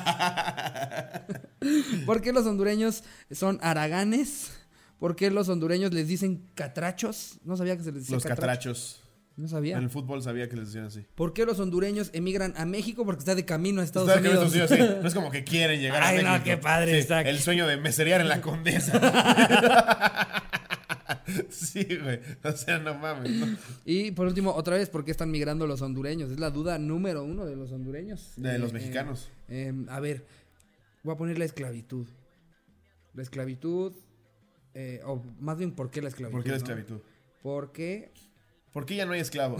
¿Por qué los hondureños son haraganes? ¿Por qué los hondureños les dicen catrachos? No sabía que se les decía Los catracho. catrachos. No sabía. En el fútbol sabía que les decían así. ¿Por qué los hondureños emigran a México? Porque está de camino a Estados Está que Unidos. Estados Unidos, sí. No es como que quieren llegar Ay, a no, México. qué padre Sí, está. El sueño de meserear en la Condesa. Sí, güey. O sea, no mames. ¿no? Y por último, otra vez, ¿por qué están migrando los hondureños? Es la duda número uno de los hondureños. De Eh, los eh, mexicanos. eh, a ver, voy a poner la esclavitud. La esclavitud, eh, o más bien, ¿por qué la esclavitud? ¿Por qué la no? esclavitud? Porque, ¿Por qué ya no hay esclavos?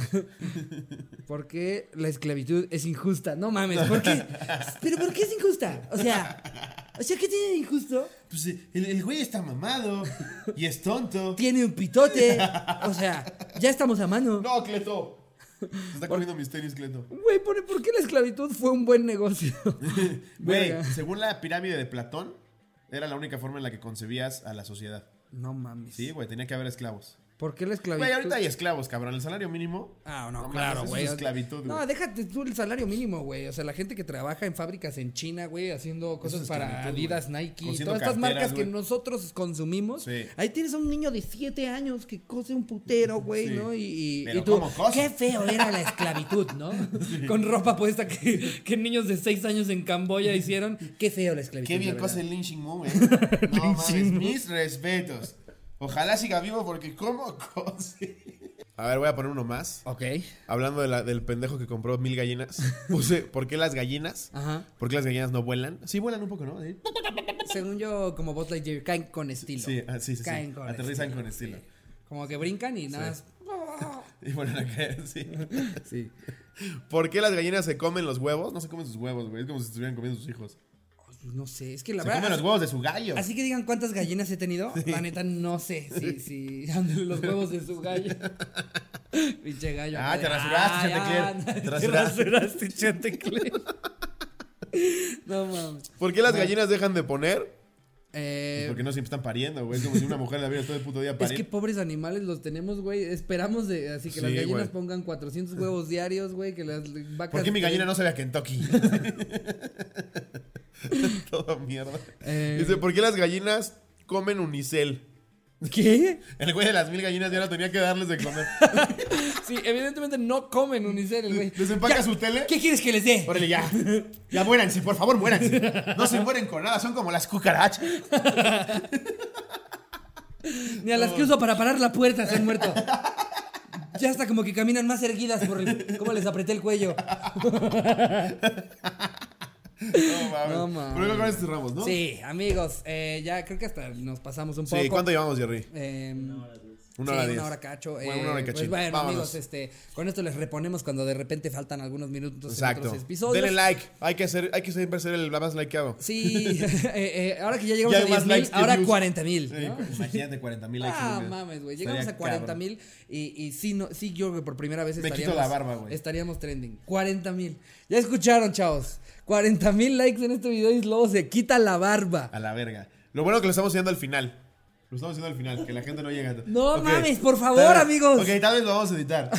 porque la esclavitud es injusta. No mames, ¿por qué? ¿Pero por qué es injusta? O sea, o sea, ¿qué tiene de injusto? Pues el, el güey está mamado y es tonto. Tiene un pitote. O sea, ya estamos a mano. No, Cleto. Se está comiendo mis tenis, Cleto. Güey, ¿por, ¿por qué la esclavitud fue un buen negocio? Güey, Verga. según la pirámide de Platón, era la única forma en la que concebías a la sociedad. No mames. Sí, güey, tenía que haber esclavos. ¿Por qué la esclavitud? Güey, ahorita hay esclavos, cabrón. El salario mínimo. Ah, no, No claro, mames, eso güey. es esclavitud, No, güey. déjate tú el salario mínimo, güey. O sea, la gente que trabaja en fábricas en China, güey, haciendo cosas es para esclavitud, Adidas, güey. Nike, Cosiendo todas estas carteras, marcas que güey. nosotros consumimos. Sí. Ahí tienes a un niño de siete años que cose un putero, güey, Sí. ¿no? Y, y, Pero y tú, ¿cómo cose? qué feo era la esclavitud, ¿no? Con ropa puesta que, que niños de seis años en Camboya hicieron. Qué feo la esclavitud. Qué bien la cose verdad. el Lin Xingmu, eh. No mames, mis respetos. Ojalá siga vivo porque ¿cómo cose? A ver, voy a poner uno más. Ok. Hablando de la- del pendejo que compró mil gallinas. Puse, ¿por qué las gallinas? Ajá. ¿Por qué las gallinas no vuelan? Sí, vuelan un poco, ¿no? Sí, Según yo, como Buzz Lightyear, caen con estilo. sí, ah, sí, sí, sí. Caen con Aterrizan estilo, con estilo. sí. Como que brincan y nada Sí. más. Y vuelven a caer, sí. Sí. ¿Por qué las gallinas se comen los huevos? No se comen sus huevos, güey. Es como si estuvieran comiendo sus hijos. No sé, es que la Se verdad. comen los huevos de su gallo. Así que digan cuántas gallinas he tenido. La neta, no sé si, si ándale los huevos de su gallo. Pinche gallo. Ah, acá te de, rasuraste, "Ay, Chantecler. ándale, Te Te rasuraste". rasuraste, Chantecler. No mames. ¿Por qué las gallinas dejan de poner? Eh, Porque no siempre están pariendo, güey. Es como si una mujer la viera todo el puto día es parir. que pobres animales los tenemos, güey. Esperamos de. Así que Sí, las gallinas güey. pongan cuatrocientos huevos diarios, güey. Que las vacas. ¿Por qué mi gallina no sabe a Kentucky? Todo mierda. Eh. Dice, ¿por qué las gallinas comen unicel? ¿Qué? El güey de las mil gallinas ya no tenía que darles de comer. Sí, evidentemente no comen unicel, el güey. ¿Desempaca Ya, su tele? ¿Qué quieres que les dé? Órale, ya. Ya muéranse, por favor, muéranse. No se mueren con nada, son como las cucarachas. Ni a las que uso para parar la puerta se han muerto. Ya hasta como que caminan más erguidas por el, cómo les apreté el cuello. No mames. No mames. Pero luego con estos ramos, ¿no? Sí, amigos, eh, ya creo que hasta nos pasamos un poco. Sí, ¿cuánto llevamos, Jerry? Eh, Una sí, hora diez. una hora cacho. Bueno, eh, una hora y pues cachín. bueno, Vámonos. amigos, este, con esto les reponemos cuando de repente faltan algunos minutos Exacto. en otros episodios. Denle like. Hay que, hacer, hay que siempre ser el más likeado. Sí, eh, eh, ahora que ya llegamos Ya a hay más diez mil, likes que ahora views. cuarenta mil. Sí, ¿no? imagínate cuarenta mil likes. en un Ah, video. mames, güey. Llegamos Estaría a cuarenta cabrón. mil y, y sí, no, sí, yo creo que por primera vez Me estaríamos, quito la barba, güey. estaríamos trending. cuarenta mil. Ya escucharon, chavos. cuarenta mil likes en este video y luego se quita la barba. A la verga. Lo bueno que lo estamos haciendo al final. Lo estamos haciendo al final, que la gente no llega. No Ok. mames, por favor, Tal vez- amigos. Ok, tal vez lo vamos a editar.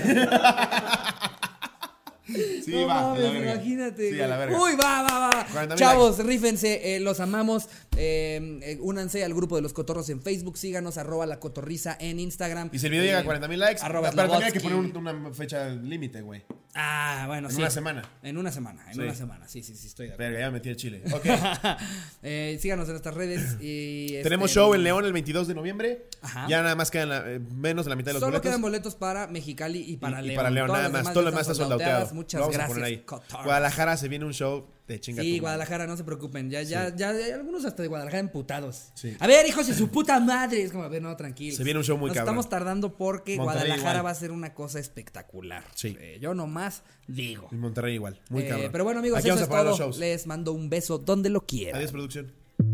Sí, No va. mames, a la verga. imagínate. Sí, a la güey. verga. Uy, va, va, va. cuarenta mil Chavos, rífense, eh, los amamos. Eh, eh, únanse al grupo de los cotorros en Facebook. Síganos, arroba la cotorriza en Instagram. Y si el video Eh, llega a cuarenta mil likes, arroba pero también hay que Slavotsky. poner un- una fecha límite, güey. Ah, bueno, En sí. una semana. En una semana, en Sí. una semana. Sí, sí, sí, estoy de acuerdo. Verga, ya me metí el chile. Ok. Eh, síganos en nuestras redes. Y, Tenemos este, show en León el veintidós de noviembre. Ajá. Ya nada más quedan la- eh, menos de la mitad de los Solo boletos. quedan boletos para Mexicali y para y, y León. para León, Todas nada las más. demás Todo ya lo demás están está sold soldateadas. outeado. Muchas Lo vamos gracias, a poner ahí. cotorros. Guadalajara se viene un show te chinga Sí, tu Guadalajara, no se preocupen. Ya, ya, Sí. ya, hay algunos hasta de Guadalajara emputados. Sí. A ver, hijos de su puta madre. Es como, a ver, no, tranquilos. Se viene un show muy Nos cabrón. estamos tardando porque Monterrey Guadalajara igual. va a ser una cosa espectacular. Sí. Eh, yo nomás digo. Y Monterrey igual, muy Eh, cabrón. Pero bueno, amigos, Aquí eso vamos a es parar todo. los shows. Les mando un beso donde lo quieran. Adiós, producción.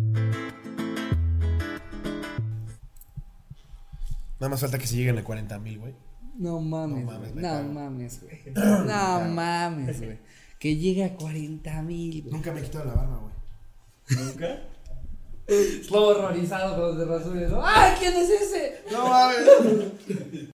Nada más falta que se lleguen a cuarenta mil, güey. No mames, No mames, güey. me No cago. mames, güey. No mames, güey. Que llegue a cuarenta mil, güey. Nunca me he quitado la barba, güey. ¿Nunca? Estoy horrorizado con los de Rasures. ¡Ay, quién es ese! No mames.